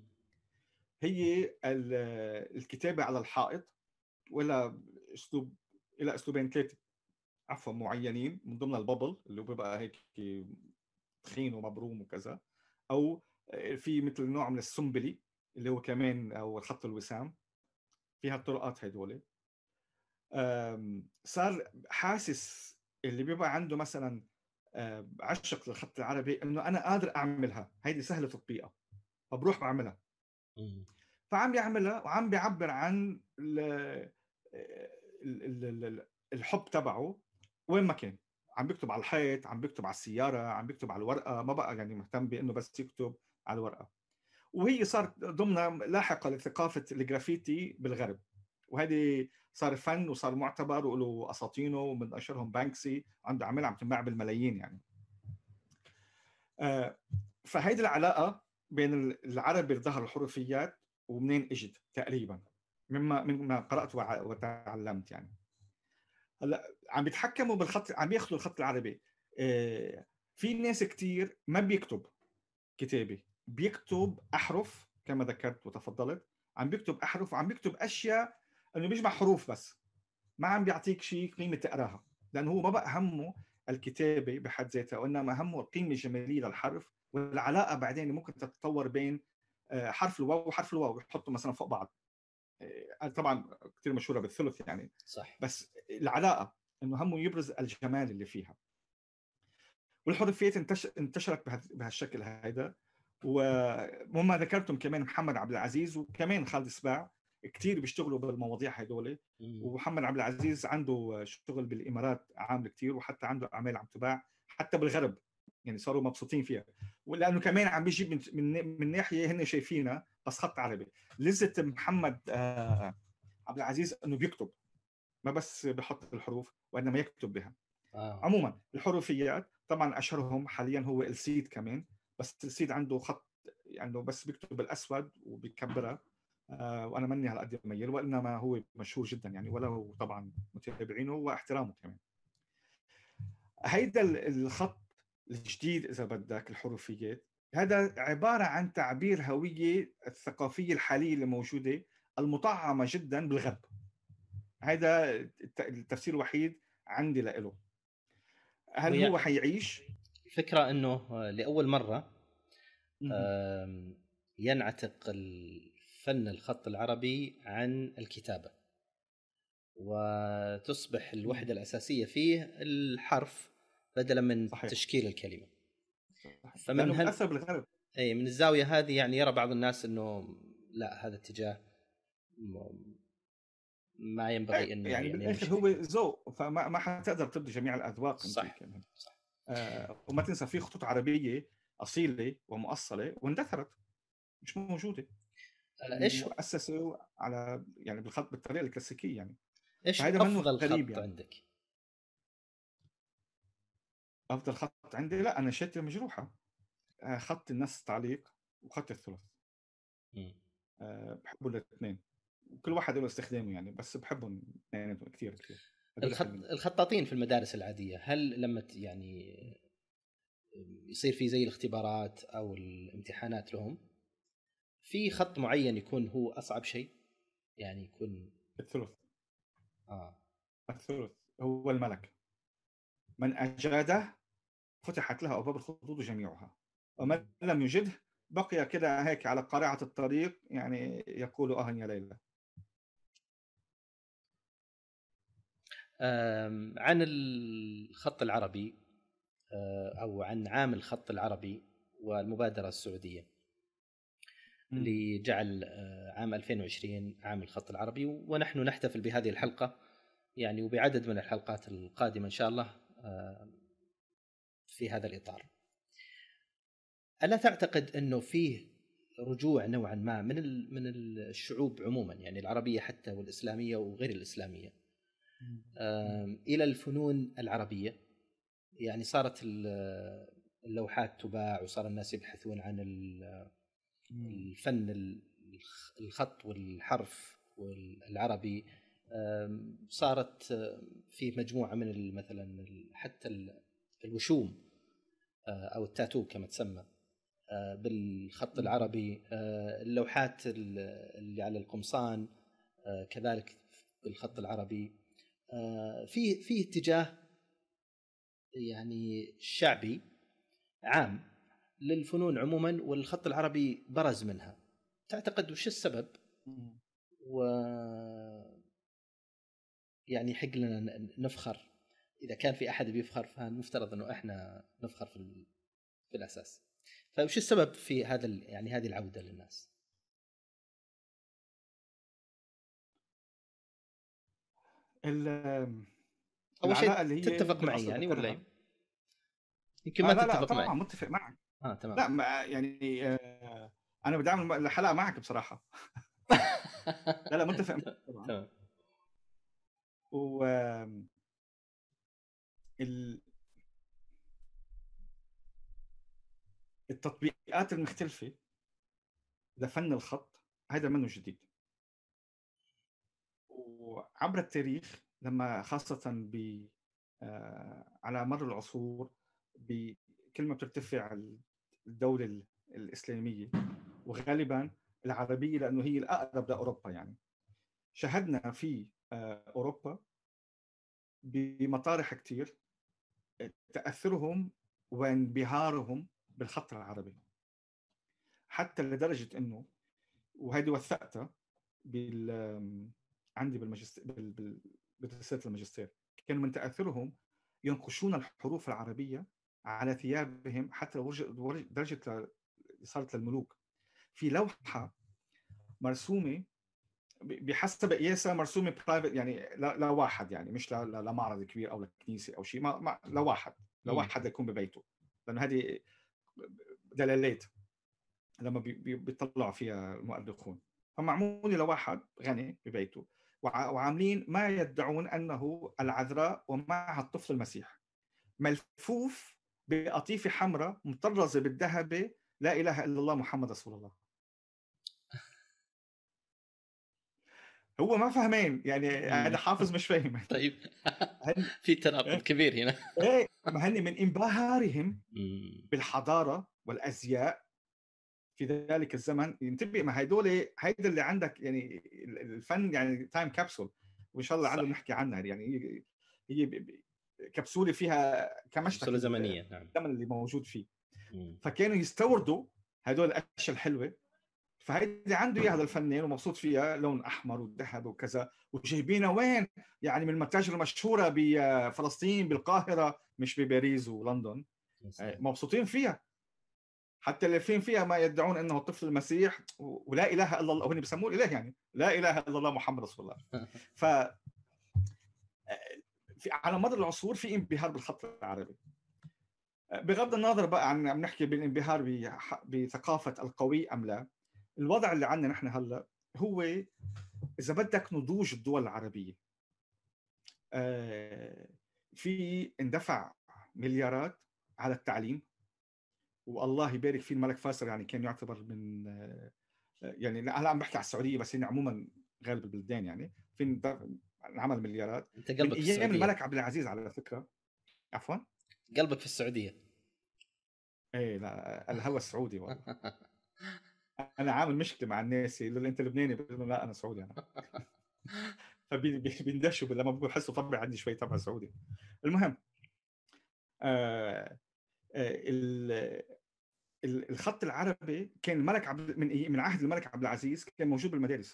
هي الكتابه على الحائط، ولا اسلوب، الى اسلوبين ثلاثه عفوا معينين، من ضمن البابل اللي بيبقى هيك تخين ومبروم وكذا، او في مثل نوع من السنبلي اللي هو كمان او الخط الوسام، فيها الطرقات هدول. صار حاسس اللي بيبقى عنده مثلا عشق للخط العربي انه انا قادر اعملها، هيدي سهله تطبيقها، فبروح بعملها. فعم بيعملها وعم بيعبر عن الحب تبعه وين ما كان، عم بيكتب على الحيط، عم بيكتب على السياره، عم بيكتب على الورقه، ما بقى يعني مهتم بانه بس يكتب على الورقه. وهي صار ضمن لاحقه لثقافه الجرافيتي بالغرب، وهذه صار فن وصار معتبر وله اساطينه، ومن اشهرهم بانكسي، عنده اعمال عم تنباع بالملايين يعني. فهيدي العلاقه بين العربي اللي ظهر الحروفيات ومنين اجت تقريبا مما قرات وتعلمت يعني. هلا عم بيتحكموا بالخط، عم بياخذوا الخط العربي. في ناس كتير ما بيكتب كتابه، بيكتب احرف كما ذكرت وتفضلت، عم بيكتب احرف وعم بيكتب اشياء انه بيجمع حروف بس، ما عم بيعطيك شيء قيمه تقراها، لانه هو ما بقى همه الكتابه بحد ذاتها، وانما همه القيمه الجماليه للحرف والعلاقه بعدين ممكن تتطور بين حرف الواو وحرف الواو، يحطوا مثلا فوق بعض. طبعا كثير مشهوره بالثلث يعني، صح. بس العلاقه انه همه يبرز الجمال اللي فيها. والحرفيات انتشرت بهالشكل هذا. وما ذكرتم كمان محمد عبد العزيز وكمان خالد سباع كثير بيشتغلوا بالمواضيع هذول. ومحمد عبد العزيز عنده شغل بالامارات عامل كثير، وحتى عنده اعمال عم تباع حتى بالغرب، يعني صاروا مبسوطين فيها، ولانه كمان عم بيجيب من ناحيه هن شايفينها بس خط عربي. لذة محمد عبد العزيز انه بيكتب، ما بس بحط الحروف وانما يكتب بها. عموما الحروفيات طبعا اشهرهم حاليا هو السيد كمان، بس السيد عنده خط يعني بس بيكتب بالاسود وبيكبرها. وانا ماني هالقد ميال، وانما هو مشهور جدا يعني، وله طبعا متابعينه واحترامه كمان. هيدا الخط الجديد اذا بدك، الحروفيات، هذا عباره عن تعبير هويه الثقافيه الحاليه اللي موجوده المطعمه جدا بالغرب. هذا التفسير الوحيد عندي له. هل هو حيعيش؟ الفكرة أنه لأول مرة ينعتق الفن الخط العربي عن الكتابة، وتصبح الوحدة الأساسية فيه الحرف بدلا من صحيح. تشكيل الكلمة. فمن متأثر بالغرب. أي من الزاوية هذه يعني يرى بعض الناس أنه لا، هذا اتجاه ما ينبغي انه يعني بالاخر هو ذوق، فما حتقدر ترضي جميع الاذواق. صح. صح. وما تنسى في خطوط عربيه اصيله ومؤصله واندثرت، مش موجوده، ايش مؤسسه على يعني بالخط بالطريقه الكلاسيكيه يعني. ايش افضل خط يعني عندك؟ افضل خط عندي، لا انا شاتي مجروحه، خط النص تعليق وخط الثلث. بحبوا الاثنين، وكل واحد له استخدامه يعني، بس بحبهم يعني كثير. الخطاطين في المدارس العاديه، هل لما يعني يصير في زي الاختبارات او الامتحانات لهم في خط معين يكون هو اصعب شيء؟ يعني يكون الثلث. الثلث هو الملك، من أجاده فتحت له أبواب الخطوط جميعها، ومن لم يجده بقي كده هيك على قارعة الطريق، يعني يقول يا ليلى. عن الخط العربي أو عن عام الخط العربي والمبادرة السعودية اللي جعل عام 2020 عام الخط العربي، ونحن نحتفل بهذه الحلقة يعني وبعدد من الحلقات القادمة إن شاء الله في هذا الإطار. ألا تعتقد أنه فيه رجوع نوعا ما من الشعوب عموما، يعني العربية حتى والإسلامية وغير الإسلامية، إلى الفنون العربية؟ يعني صارت اللوحات تباع، وصار الناس يبحثون عن الفن الخط والحرف والعربي صارت في مجموعة من مثلا حتى الوشوم أو التاتو كما تسمى بالخط العربي، اللوحات اللي على القمصان كذلك بالخط العربي. في اتجاه يعني شعبي عام للفنون عموما، والخط العربي برز منها. تعتقد وش السبب؟ و يعني حق لنا نفخر، إذا كان في أحد بيفخر فالمفترض أنه إحنا نفخر في الأساس. فوش السبب في هذا يعني هذه العودة للناس؟ أول شيء اللي هي تتفق معي يعني ولا يمكن ما لا تتفق معي؟ طبعا متفق معك. تمام. لا يعني انا بدي اعمل الحلقه معك بصراحه. لا متفق معك طبعا. تمام. و التطبيقات المختلفه لفن الخط هذا منه جديد، وعبر التاريخ لما خاصه على مر العصور بكل ما بترتفع الدوله الاسلاميه وغالبا العربيه لانه هي الاقرب لاوروبا، يعني شهدنا في اوروبا بمطارح كتير تاثرهم وانبهارهم بالخط العربي، حتى لدرجه انه وهذه وثقتها عندي بالماجستير برساله الماجستير، كانوا من تاثرهم ينقشون الحروف العربيه على ثيابهم حتى درجه صارت للملوك. في لوحه مرسومه بحسب قياسها مرسومه برايفت، يعني لا واحد، يعني مش لمعرض كبير او لكنيسه او شيء، لواحد يكون ببيته، لانه هذه دلالات لما بيطلعوا فيها المؤرخون، فمعمول لواحد غني ببيته وعاملين ما يدعون انه العذراء ومعها الطفل المسيح ملفوف بقطيفه حمراء مطرزه بالذهب لا اله الا الله محمد رسول الله. هو ما فهمين يعني، هذا حافظ مش فاهم. طيب في تناقض كبير هنا. ايه هني من انبهارهم بالحضاره والازياء في ذلك الزمن. ينتبه ما هيدا اللي عندك يعني الفن يعني تايم كابسول، وان شاء الله عنده نحكي عنها، يعني هي كبسوله فيها كمشتك كبسوله زمنيه، نعم، الزمن اللي موجود فيه. فكانوا يستوردوا هدول الاشياء الحلوه، فهيدي عنده اياها هذا الفنان ومبسوط فيها، لون احمر وذهب وكذا، وجايبينها وين؟ يعني من المتاجر المشهوره بفلسطين بالقاهره، مش بباريس ولندن. مبسوطين فيها، حتى اللي فيها ما يدعون انه الطفل المسيح ولا اله الا الله، وهن بيسموه اله، يعني لا اله الا الله محمد رسول الله. ف على مدى العصور في انبهار بالخط العربي، بغض النظر بقى عم نحكي بالانبهار بثقافه القوي ام لا. الوضع اللي عندنا نحن هلا هو اذا بدك نضوج الدول العربيه. في اندفع مليارات على التعليم، والله يبارك فيه الملك فيصل، يعني كان يعتبر من يعني هلا عم بحكي على السعوديه بس هي عموما غالب البلدان، يعني في عمل مليارات. انت قلبك من في ايام السعوديه. الملك عبد العزيز على فكره. عفوا، قلبك في السعوديه. ايه لا الهوى السعودي والله. انا عامل مشكله مع الناس اللي انت لبناني، بيقولوا لا انا سعودي انا. فبيندشوا لما بحسوا طبعا عندي شوي طبع سعودي. المهم الخط العربي كان الملك من عهد الملك عبد العزيز كان موجود بالمدارس.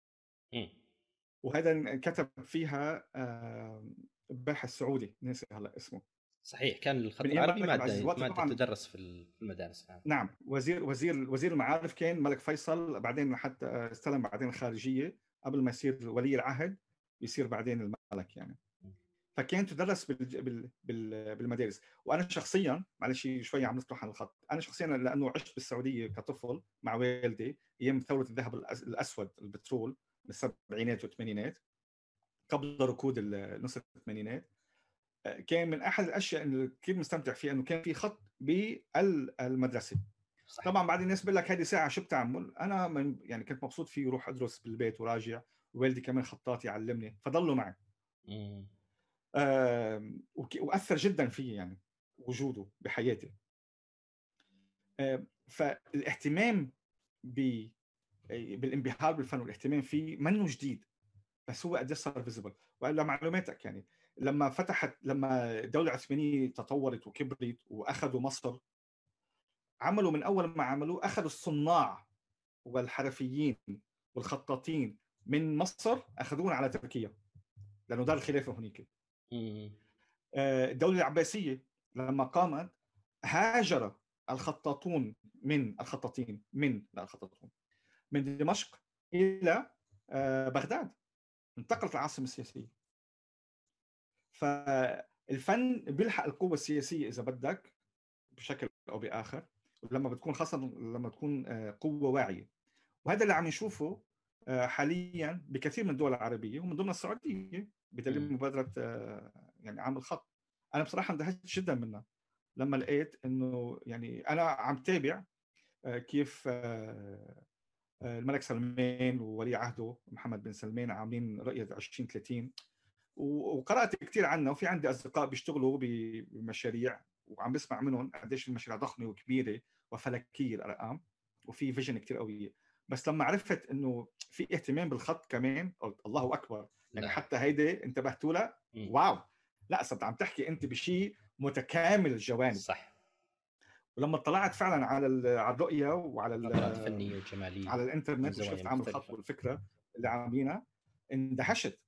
وهذا كتب فيها باحث سعودي ناسي هلا اسمه. صحيح، كان الخط العربي مادة تدرس في المدارس. نعم، وزير المعارف كان الملك فيصل، بعدين حتى استلم بعدين الخارجيه قبل ما يصير ولي العهد يصير بعدين الملك يعني. فكانت تدرس بالمدارس. وانا شخصيا معلش شوي عم نطرح عن الخط، انا شخصيا لانه عشت بالسعوديه كطفل مع والدي ايام ثوره الذهب الاسود البترول بالسبعينات والثمانينات قبل ركود نص الثمانينات، كان من احد الاشياء اللي كثير مستمتع فيها انه كان في خط بالمدرسه. صحيح. طبعا بعد الناس بيقول لك هذه ساعه شو بتعمل. انا يعني كنت مبسوط فيه، روح ادرس بالبيت وراجع، والدي كمان خطاط يعلمني فضلوا معي. واثر جدا فيه يعني وجوده بحياتي. فالاهتمام بالانبهار بالفن والاهتمام فيه منه جديد، بس هو قد صار فيزبل. وقال معلوماتك يعني لما الدوله العثمانيه تطورت وكبرت واخذوا مصر، عملوا من اول ما عملوا اخذوا الصناع والحرفيين والخطاطين من مصر اخذوهم على تركيا، لانه دار الخلافه هناك. الدوله العباسيه لما قامت هاجر الخطاطين من دمشق الى بغداد، انتقلت العاصمه السياسيه. فالفن بيلحق القوه السياسيه اذا بدك بشكل او باخر، ولما بتكون خاصه لما تكون قوه واعيه. وهذا اللي عم نشوفه حاليا بكثير من الدول العربيه ومن ضمن السعوديه بدليل مبادره يعني عام الخط. انا بصراحه اندهشت جدا منها لما لقيت انه يعني انا عم تابع كيف الملك سلمان وولي عهده محمد بن سلمان عاملين رؤيه 2030، وقرات كثير عنها، وفي عندي اصدقاء بيشتغلوا بمشاريع وعم بسمع منهم قديش المشاريع ضخمه وكبيره وفلكيه الارقام وفي فيجن كثير قويه. بس لما عرفت انه في اهتمام بالخط كمان قلت الله اكبر، يعني حتى هيدي انتبهتوا لها. واو، لا صرت عم تحكي انت بشيء متكامل الجوانب. صح. ولما اطلعت فعلا على الرؤيه وعلى نظرات فنيه وجماليه على الانترنت وشفت عامل الخط والفكره اللي عاملينها، اندهشت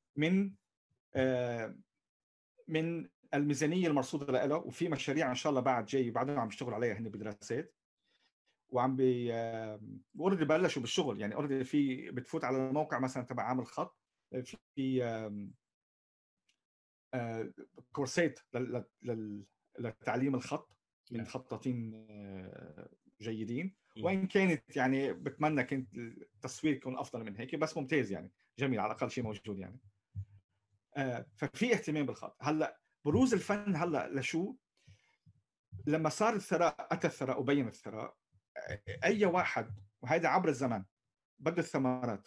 من الميزانيه المرصوده له. وفي مشاريع ان شاء الله بعد جاي بعدهم عم يشتغلوا عليها هن بدراسات، وعم اوريدي بلشوا بالشغل. يعني اوريدي في بتفوت على الموقع مثلا تبع عامل خط، في كورسات لتعليم الخط من خطاطين جيدين. وان كانت يعني بتمنى كنت التصوير يكون افضل من هيك، بس ممتاز يعني، جميل، على الاقل شيء موجود يعني. ففي اهتمام بالخط. هلا بروز الفن هلا لشو؟ لما صار الثراء، اتى الثراء وبين الثراء، اي واحد وهذا عبر الزمان بده الثمرات،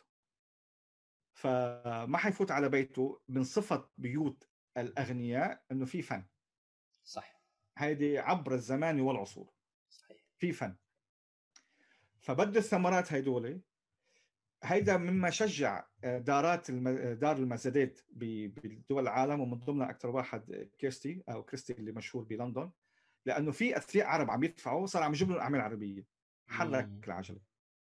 فما حيفوت على بيته من صفه بيوت الاغنياء انه في فن. صح. هيدي عبر الزمان والعصور. صحيح. في فن، فبده الثمرات هيدول. هيدا مما شجع دار المزادات بدول العالم، ومن ضمنها اكثر واحد كريستي اللي مشهور بلندن، لانه في اثرياء عرب عم يدفعوا، صار عم يجيب لهم اعمال عربيه، حرك العجله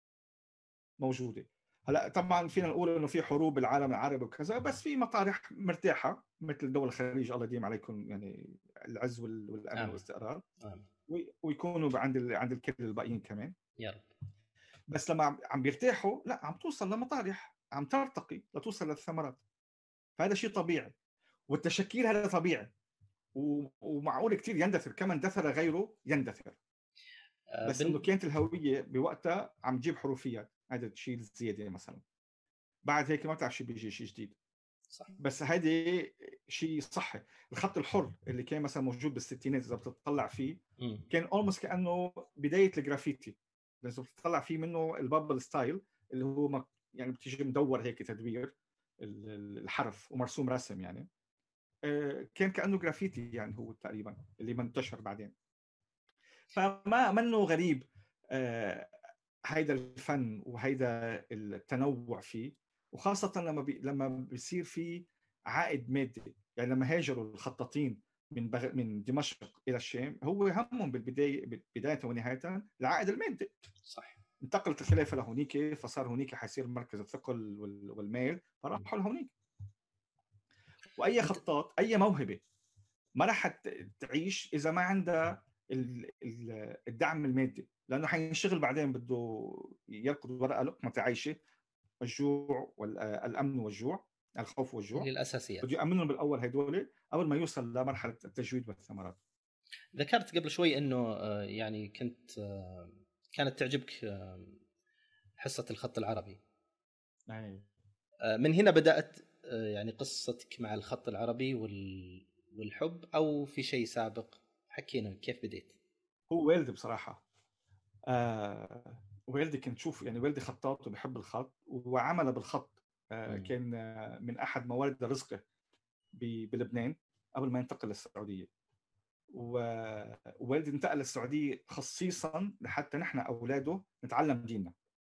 موجوده. هلا طبعا فينا نقول انه في حروب العالم العربي وكذا، بس في مطارح مرتاحه مثل دول الخليج، الله يديم عليكم يعني العز والامن والاستقرار، ويكونوا عند الكل الباقيين كمان يا رب. بس لما عم بيرتاحوا، لا عم توصل لمطارح، عم ترتقي لتوصل للثمرات. فهذا شيء طبيعي، والتشكيل هذا طبيعي، ومعقول كثير يندثر كما اندثر غيره يندثر. بس انه كانت الهويه بوقتها عم تجيب حروفيات، هذا الشيء الزياده مثلا. بعد هيك ما بتعرف شيء بيجي شيء جديد. صح. بس هيدي شيء صحي. الخط الحر اللي كان مثلا موجود بالستينات اذا بتطلع فيه كان اولموست كانه بدايه الجرافيتي، بس بتطلع فيه منه البابل ستايل اللي هو يعني بتيجي مدور هيك تدوير الحرف ومرسوم رسم يعني. كان كانه جرافيتي يعني هو تقريبا اللي منتشر بعدين. فما منه غريب هيدا الفن وهيدا التنوع فيه، وخاصة لما بيصير في عائد مادي. يعني لما هاجروا الخطاطين من دمشق إلى الشام، هو همهم بداية ونهاية العائد المادي. صح. انتقلت الخلافة لهونيك، فصار هونيك حيصير مركز الثقل والمال، فراحوا لهونيك. وأي خطاط، أي موهبة ما راح تعيش إذا ما عندها الدعم المادي، لانه حينشغل بعدين بده يركض وراء لقمه عيشه، الجوع والامن والجوع، الخوف والجوع، هي الاساسيات بده يامنهم بالاول هدول قبل ما يوصل لمرحله التجويد والثمرات. ذكرت قبل شوي انه يعني كانت تعجبك حصه الخط العربي. من هنا بدات يعني قصتك مع الخط العربي والحب، او في شيء سابق؟ حكينا كيف بديت. هو والدي بصراحه، والدي كنت تشوف يعني والدي خطاط وبيحب الخط وعمل بالخط. كان من احد موارد رزقه بلبنان قبل ما ينتقل للسعوديه. ووالدي انتقل للسعوديه خصيصا لحتى نحن اولاده نتعلم ديننا.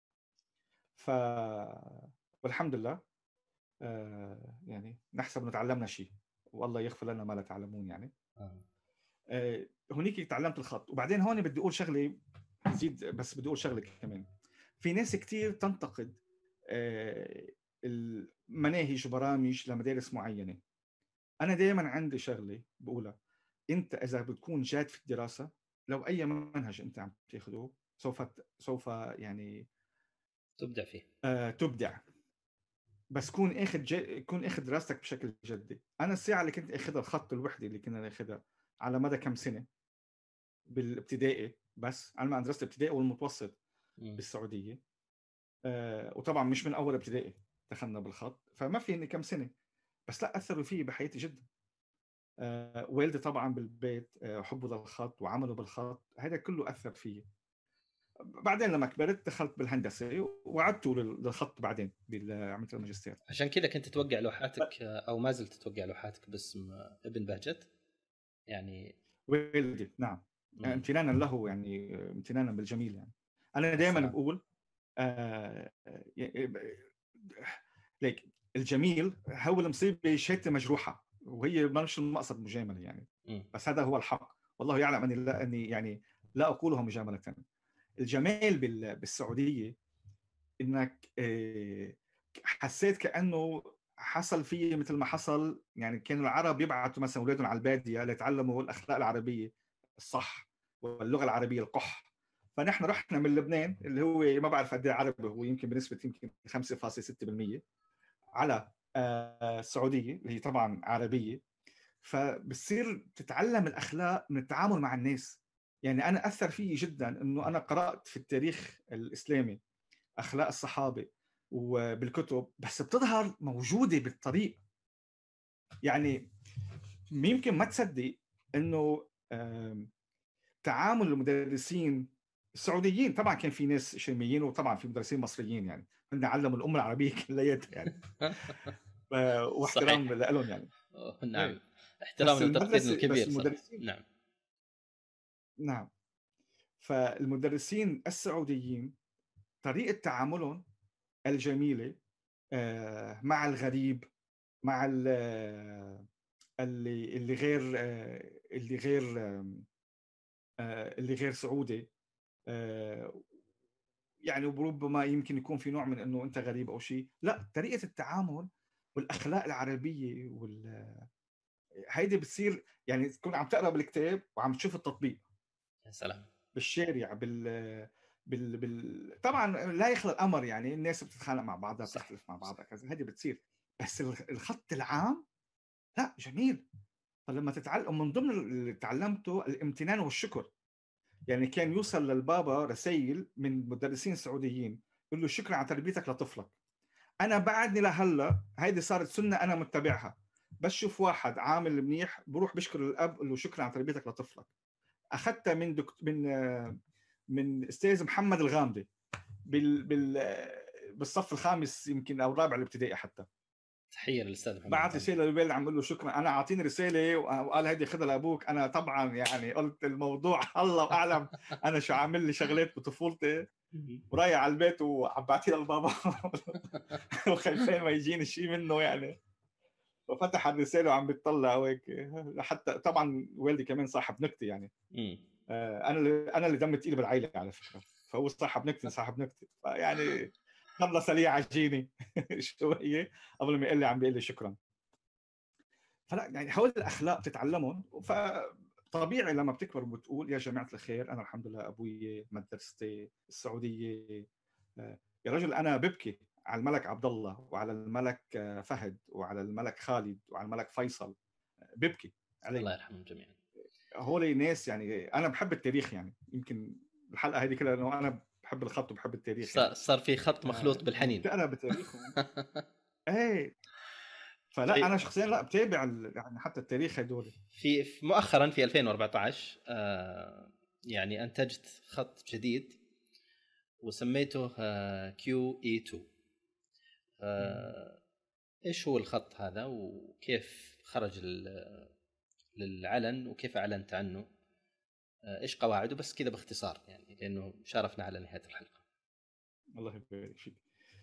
والحمد لله يعني نحسب انه تعلمنا شيء، والله يغفر لنا ما لا تعلمون يعني. هونيك تعلمت الخط. وبعدين هون بدي اقول شغله زيد، بس بدي اقول شغله كمان. في ناس كتير تنتقد المناهج وبرامج لمدارس معينه. انا دائما عندي شغله بقولها: انت اذا بتكون جاد في الدراسه، لو اي منهج انت عم تاخذه سوف يعني تبدع فيه. تبدع، بس كون اخذ دراستك بشكل جدي. انا الساعه اللي كنت اخذها الخط الوحده اللي كنا ناخذها على مدى كم سنه بالابتدائي، بس انا مدرسه الابتدائي والمتوسط بالسعوديه. وطبعا مش من اول ابتدائي دخلنا بالخط، فما في اني كم سنه، بس لا اثروا فيه بحياتي جدا. والدي طبعا بالبيت حبه للخط وعمله بالخط، هذا كله اثر فيه. بعدين لما كبرت دخلت بالهندسه وعدت للخط بعدين عملت الماجستير. عشان كذا كنت توقع لوحاتك او ما زلت توقع لوحاتك باسم ابن بهجت يعني؟ والدي نعم، امتنانا له، يعني امتنانا بالجميل. يعني انا دائما بقول ليك الجميل هو المصيبه شهادة مجروحه، وهي مش المقصد مجامله يعني. بس هذا هو الحق، والله يعلم اني يعني لا اقولها مجامله. الجمال بالسعوديه انك حسيت كانه حصل فيه مثل ما حصل، يعني كانوا العرب يبعثوا مثلا اولادهم على الباديه ليتعلموا الاخلاق العربيه الصح واللغه العربيه القح. فنحن رحنا من لبنان اللي هو ما بعرف قد ايه عربي، هو يمكن بنسبه يمكن 5.6% على السعوديه اللي هي طبعا عربيه. فبصير تتعلم الاخلاق من التعامل مع الناس. يعني انا اثر فيي جدا انه انا قرات في التاريخ الاسلامي اخلاق الصحابه وبالكتب، بس بتظهر موجوده بالطريق. يعني يمكن ما تصدق انه تعامل المدرسين السعوديين، طبعا كان في ناس شاميين وطبعا في مدرسين مصريين، يعني هن علموا الامه العربيه كلياتها يعني. واحترام لهم يعني. نعم، احترام وتقدير الكبير. المدرسين نعم. فالمدرسين السعوديين طريقه تعاملهم الجميله مع الغريب، مع اللي غير سعودي، يعني وربما يمكن يكون في نوع من انه انت غريب او شيء. لا، طريقه التعامل والاخلاق العربيه هيدي بتصير يعني تكون عم تقرا بالكتاب وعم تشوف التطبيق. يا سلام. بالشارع طبعا لا يخلى الامر، يعني الناس بتتخانق مع بعضها، بتختلف مع بعضها كذا، هذه بتصير. بس الخط العام لا، جميل. فلما تتعلم من ضمن اللي تعلمته الامتنان والشكر. يعني كان يوصل للبابا رسائل من مدرسين سعوديين يقول له شكرا على تربيتك لطفلك. انا بعدني لهلا هيدي صارت سنه انا متبعها، بس شوف واحد عامل منيح بروح بشكر الاب قال له شكرا على تربيتك لطفلك. اخذتها من استاذ محمد الغامدي بالصف الخامس يمكن او الرابع الابتدائي حتى. تحيه للاستاذ محمد. بعت رساله للوالد عم بقول له شكرا، انا اعطيني رساله وقال هيدي خذها لابوك. انا طبعا يعني قلت الموضوع الله اعلم انا شو عامل لي شغلات بطفولتي، ورايح على البيت وعم بعطيها للبابا وخايفين ما يجيني شيء منه يعني. وفتح الرساله وعم بيطلع وهيك. حتى طبعا والدي كمان صاحب نكته يعني. انا اللي دمي تقيل بالعائله على فكره، فهو صاحب نكته يعني خلص سريع عجيني شويه قبل ما يقول لي عم بيقول لي شكرا. فلا يعني حول الاخلاق تتعلمهم. فطبيعي لما بتكبر وبتقول يا جماعه الخير انا الحمد لله ابوي مدرستي السعوديه. يا رجل انا ببكي على الملك عبد الله وعلى الملك فهد وعلى الملك خالد وعلى الملك فيصل، ببكي عليهم. الله يرحمهم جميعا. هول ناس يعني انا بحب التاريخ، يعني يمكن الحلقه هذه كلها انه انا بحب الخط وبحب التاريخ. يعني صار في خط مخلوط بالحنين. بتقرا بتاريخهم. ايه. فلا انا شخصيا لا بتابع يعني حتى التاريخ هدول. في مؤخرا في 2014 يعني أنتجت خط جديد وسميته QE2. إيش هو الخط هذا وكيف خرج للعلن وكيف أعلنت عنه؟ إيش قواعده؟ بس كذا باختصار يعني، لأنه شارفنا على نهاية الحلقة. الله يبارك فيك.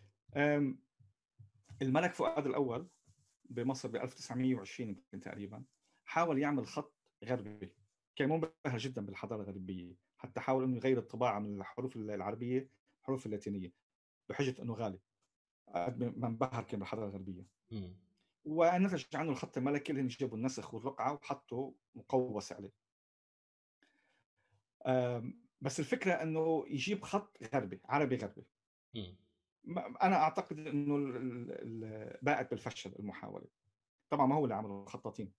الملك فؤاد الأول بمصر ب 1920 يمكن تقريبا حاول يعمل خط غربي، كان منبهر جدا بالحضارة الغربية، حتى حاول إنه يغير الطباعة من الحروف العربية الحروف اللاتينية بحجة إنه غالي، قد ما انبهر كان بالحضارة الغربية. ونتج عنه الخط الملكي اللي جابوا النسخ والرقعة وحطوا مقوس عليه. بس الفكرة إنه يجيب خط غربي عربي غربي. أنا أعتقد إنه باءت بالفشل المحاولة. طبعا ما هو اللي عمله، خطاطين.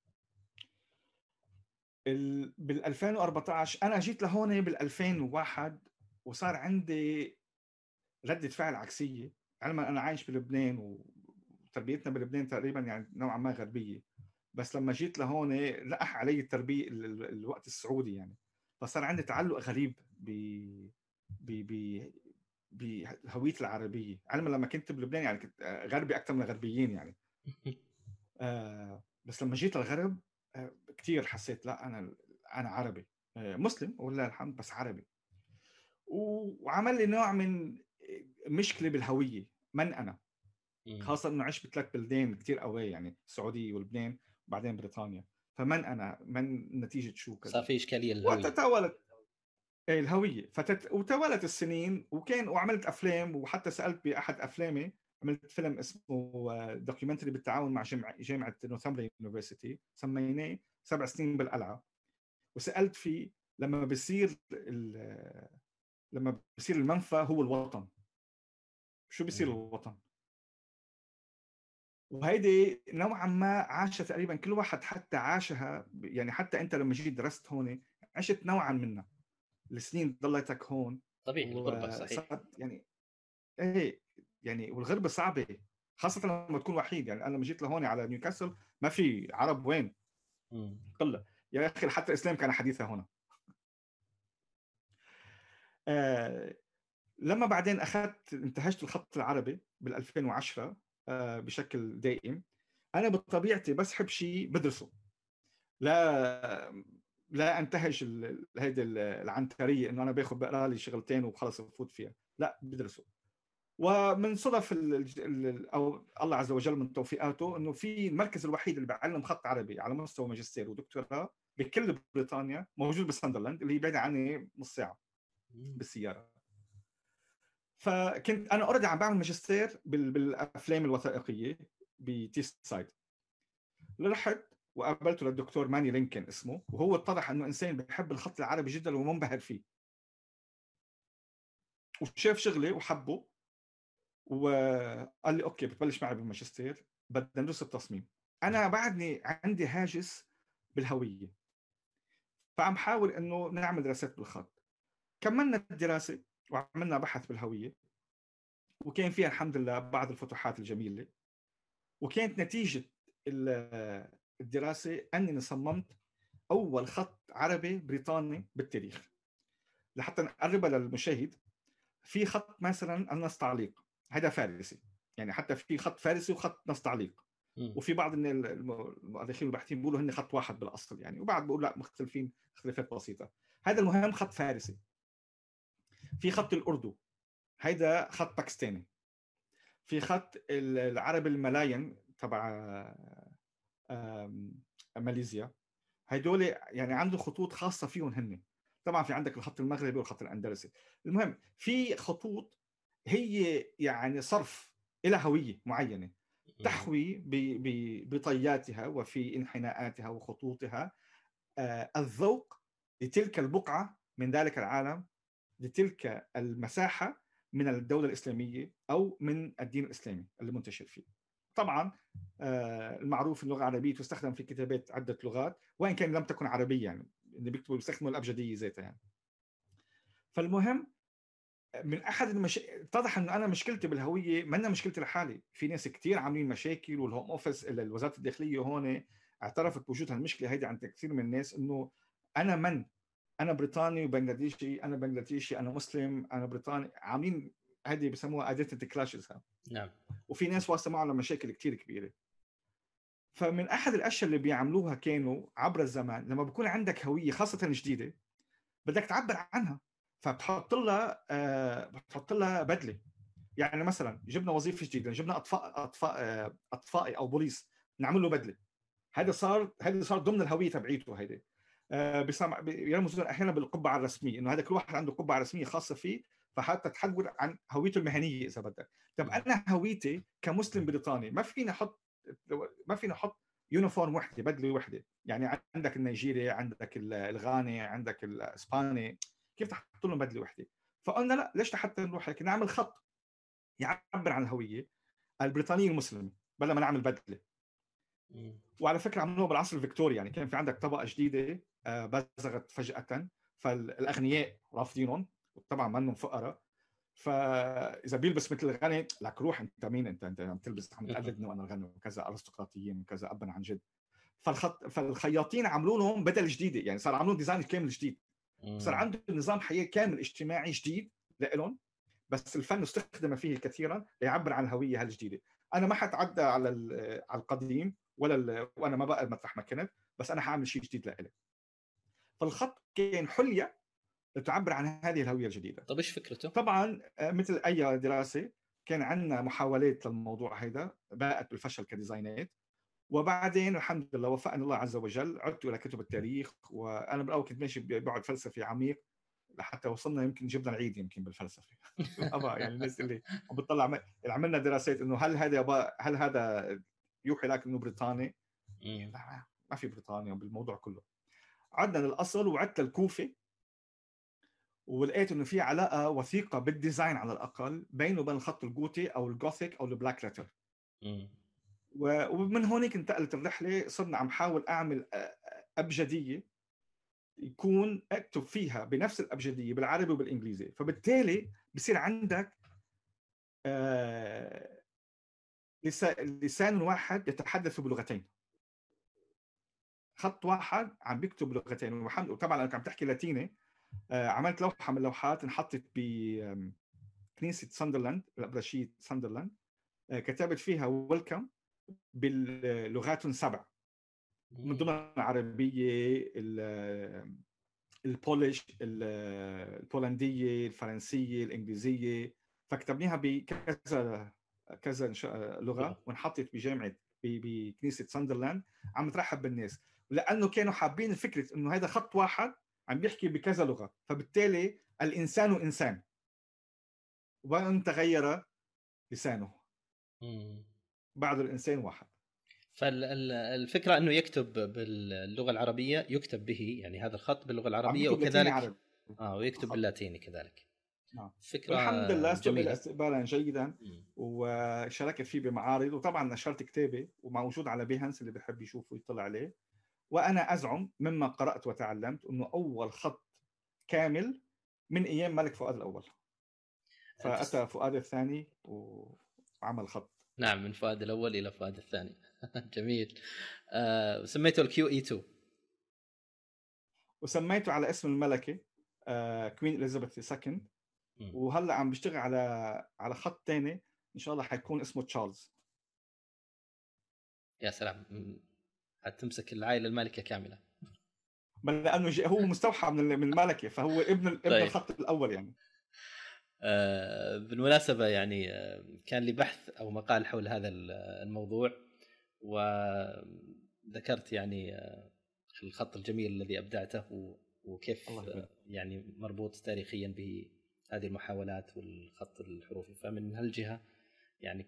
بال 2014 أنا جيت لهون بال 2001 وصار عندي ردة فعل عكسية، علما أنا عايش بلبنان وتربيتنا بلبنان تقريبا يعني نوعا ما غربية، بس لما جيت لهون لقح علي التربية الوقت السعودي يعني، فصار عندي تعلق غريب بهوية العربية، علما لما كنت بلبنان يعني كنت غربي أكثر من الغربيين يعني. بس لما جيت الغرب كتير حسيت لا أنا عربي، مسلم ولله الحمد بس عربي، وعمل لي نوع من مشكلة بالهوية. من أنا؟ خاصة إنه عشت بثلاث بلدان كتير قوي يعني، السعودية ولبنان وبعدين بريطانيا، فمن أنا؟ من نتيجة شو كذا؟ صار في إشكالية الهوية. وتتوالت الهوية وتوالت السنين، وعملت أفلام، وحتى سألت بأحد أفلامي، عملت فيلم اسمه دوكيومنتري بالتعاون مع جامعة نورثامبتون يونيفرسيتي، سميناه 7 سنين بالقلعة، وسألت فيه لما بيصير المنفى هو الوطن، شو بيصير الوطن؟ وهيدي نوعا ما عاشها تقريبا كل واحد، حتى عاشها يعني، حتى انت لما جيت درست هون عشت نوعا منها السنين ضليتك هون. طبيعي الغربة صحيح يعني ايه يعني، والغربة صعبة خاصة لما تكون وحيد يعني. انا لما جيت لهون على نيوكاسل ما في عرب، وين قلة يا اخي، حتى الاسلام كان حديثها هنا. لما بعدين انتهجت الخط العربي بال 2010 بشكل دائم، انا بطبيعتي بسحب شيء بدرسه، لا انتهج هيدي العنتريه انه انا باخذ بقرا لي شغلتين وخلص بفوت فيها، لا بدرسه. ومن صدف او الله عز وجل من توفيقاته انه في المركز الوحيد اللي بيعلم خط عربي على مستوى ماجستير ودكتوراه بكل بريطانيا موجود بساندرلاند، اللي هي بعيده عني نص ساعه بالسياره. فكنت انا اوريدي عم بعمل ماجستير بالافلام الوثائقيه بتيست سايد. رحت وقابلته للدكتور ماني لينكن اسمه، وهو اتضح انه انسان بيحب الخط العربي جدا ومنبهر فيه، وشاف شغلي وحبه، وقال لي اوكي بتبلش معي بالماجستير، بدنا ندرس التصميم. انا بعدني عندي هاجس بالهويه، فعم حاول انه نعمل دراسات بالخط. كملنا الدراسه وعملنا بحث بالهويه، وكان فيها الحمد لله بعض الفتوحات الجميله، وكانت نتيجه الدراسه اني صممت اول خط عربي بريطاني بالتاريخ. لحتى نقربها للمشاهد، في خط مثلا النص تعليق، هذا فارسي يعني، حتى في خط فارسي وخط نص تعليق، وفي بعض من المؤرخين والباحثين بيقولوا هن خط واحد بالاصل يعني، وبعض بيقول لا مختلفين اختلافات بسيطه. هذا المهم خط فارسي. في خط الاردو، هذا خط باكستاني. في خط العرب الملاين تبع ماليزيا، هدول يعني عنده خطوط خاصه فيهم هن. طبعا في عندك الخط المغربي والخط الاندلسي. المهم في خطوط هي يعني صرف إلى هويه معينه، تحوي بطياتها وفي انحناءاتها وخطوطها الذوق لتلك البقعه من ذلك العالم، لتلك المساحه من الدوله الاسلاميه او من الدين الاسلامي اللي منتشر فيه. طبعا المعروف اللغه العربيه تستخدم في كتابات عده لغات، وان كان لم تكن عربيه يعني، اللي بيستخدموا الابجديه ذاتها يعني. فالمهم من احد اتضح انه انا مشكلتي بالهويه ما مشكلتي لحالي، في ناس كثير عاملين مشاكل، والهوم اوفيس وزاره الداخليه هون اعترفت بوجود هالمشكله هيدي عند كثير من الناس، انه انا من انا بريطاني وبنغلاديشي، انا بنغلاديشي، انا مسلم، انا بريطاني، عاملين هذه بسموها ايدنتيتي كلاشز. نعم. وفي ناس واصله معهم مشاكل كتير كبيره. فمن احد الاشياء اللي بيعملوها كانوا عبر الزمان، لما بكون عندك هويه خاصه جديده بدك تعبر عنها، فبتحط لها بدله. يعني مثلا جبنا وظيفه جديده، جبنا اطفائي او بوليس، نعمل له بدله. هذا صار ضمن الهويه تبعيته. هيدي يرمزون احيانا بالقبعه الرسميه، انه هذا كل واحد عنده قبعه رسميه خاصه فيه، فحتى تعبر عن هويته المهنيه اذا بدك. طب انا هويتي كمسلم بريطاني ما فينا احط يونيفورم وحده، بدله وحده. يعني عندك النيجيري، عندك الغاني، عندك الاسباني، كيف تحط لهم بدله وحده؟ فقلنا لا، ليش حتى نروح هيك نعمل خط يعبر عن الهويه البريطانيه المسلمه بدل ما نعمل بدله. وعلى فكره عملوها بالعصر الفيكتوري، يعني كان في عندك طبقه جديده بزغت فجاه، فالاغنياء رافضينهم، وطبعا ما انهم فقراء، فاذا بيلبس مثل الغني لك روح انت مين، انت عم تلبس، عم تقلدني وانا الغني وكذا، ارستقراطيين وكذا ابا عن جد. فالخياطين عملوا لهم بدل جديده، يعني صار عملوا ديزاين كامل جديد، صار عندهم نظام حياه كامل اجتماعي جديد لهم، بس الفن استخدم فيه كثيرا ليعبر عن الهويه هالجديده. انا ما حتعدى على القديم وانا ما بقى مطرح ما كنت، بس انا حاعمل شيء جديد لإلي. فالخط كان حليه تعبر عن هذه الهويه الجديده. طب ايش فكرته؟ طبعا مثل اي دراسه كان عندنا محاولات للموضوع هيدا باءت بالفشل كديزاينات، وبعدين الحمد لله وفقني الله عز وجل، عدت الى كتب التاريخ، وانا بالاول كنت ماشي ببعد فلسفي عميق لحتى وصلنا يمكن جبنا العيد يمكن بالفلسفه. يعني الناس اللي عم بتطلع اللي عملنا دراسات انه هل هذا يوحي لك انه بريطاني؟ لا، ما في بريطانيا بالموضوع كله. عدنا للاصل وعدت للكوفه، ولقيت انه في علاقه وثيقه بالديزاين على الاقل بينه وبين الخط الجوتي او الجوثيك او البلاك ليتر. ومن هونيك انتقلت الرحله، صرنا عم حاول اعمل ابجديه يكون اكتب فيها بنفس الابجديه بالعربي وبالانجليزي، فبالتالي بصير عندك لسان واحد يتحدث بلغتين، خط واحد عم بيكتب بلغتين. وطبعا انا عم تحكي لاتيني. عملت لوحه من اللوحات انحطت بكنيسه ساندرلاند، الابرشيه ساندرلاند، كتبت فيها ويلكم باللغات 7 من ضمن العربيه، البولش، البولنديه، الفرنسيه، الانجليزيه، فكتبناها كذا لغه، وانحطت بجامعه بكنيسه ساندرلاند عم ترحب بالناس، لانه كانوا حابين فكره انه هذا خط واحد عم بيحكي بكذا لغه، فبالتالي الانسان انسان وان تغير لسانه بعد الانسان واحد. فالفكره انه يكتب باللغه العربيه، يكتب به يعني هذا الخط باللغه العربيه وكذلك ويكتب باللاتيني كذلك. نعم. فكره والحمد لله استقبل جميله استقبالا جيدا، وشاركت فيه بمعارض، وطبعا نشرت كتابي وموجود على بيهانس اللي بحب يشوفه يطلع عليه. وانا ازعم مما قرات وتعلمت انه اول خط كامل من ايام ملك فؤاد الاول، فاتى فؤاد الثاني وعمل خط. نعم، من فؤاد الاول الى فؤاد الثاني. جميل. سميته الكيو اي 2 وسميته على اسم الملكه كوين إليزابيث السكند. وهلا عم بشتغل على خط ثاني ان شاء الله حيكون اسمه تشارلز. يا سلام، هتمسك العائله المالكه كامله. لانه هو مستوحى من الملكه، فهو ابن الخط الاول يعني. بالمناسبه يعني كان لي بحث او مقال حول هذا الموضوع، وذكرت يعني الخط الجميل الذي ابدعته وكيف يعني مربوط تاريخيا بهذه المحاولات والخط الحروفي. فمن هالجهه يعني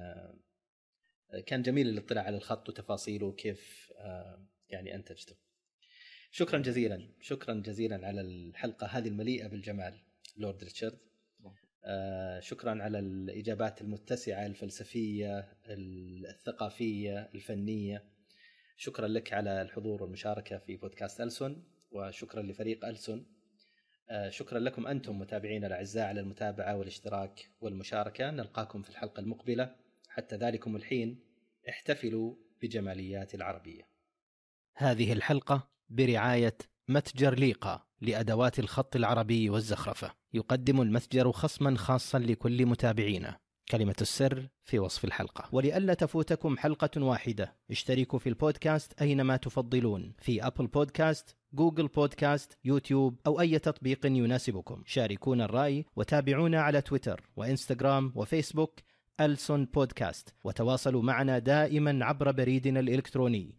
كان جميل الاطلاع على الخط وتفاصيله وكيف يعني انتجته. شكرا جزيلا على الحلقه هذه المليئه بالجمال لورد ريتشارد. شكرا على الإجابات المتسعة الفلسفية الثقافية الفنية. شكرا لك على الحضور والمشاركة في بودكاست ألسن، وشكرا لفريق ألسن. شكرا لكم أنتم متابعين الأعزاء على المتابعة والاشتراك والمشاركة. نلقاكم في الحلقة المقبلة، حتى ذلكم الحين احتفلوا بجماليات العربية. هذه الحلقة برعاية متجر ليقا لأدوات الخط العربي والزخرفة. يقدم المتجر خصما خاصا لكل متابعينا، كلمة السر في وصف الحلقة. ولئلا تفوتكم حلقة واحدة، اشتركوا في البودكاست أينما تفضلون، في أبل بودكاست، جوجل بودكاست، يوتيوب أو أي تطبيق يناسبكم. شاركونا الرأي وتابعونا على تويتر وإنستغرام وفيسبوك ألسن بودكاست، وتواصلوا معنا دائما عبر بريدنا الإلكتروني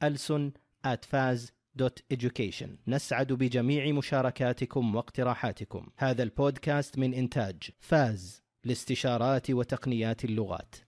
alson@faz.education. نسعد بجميع مشاركاتكم واقتراحاتكم. هذا البودكاست من إنتاج فاز لاستشارات وتقنيات اللغات.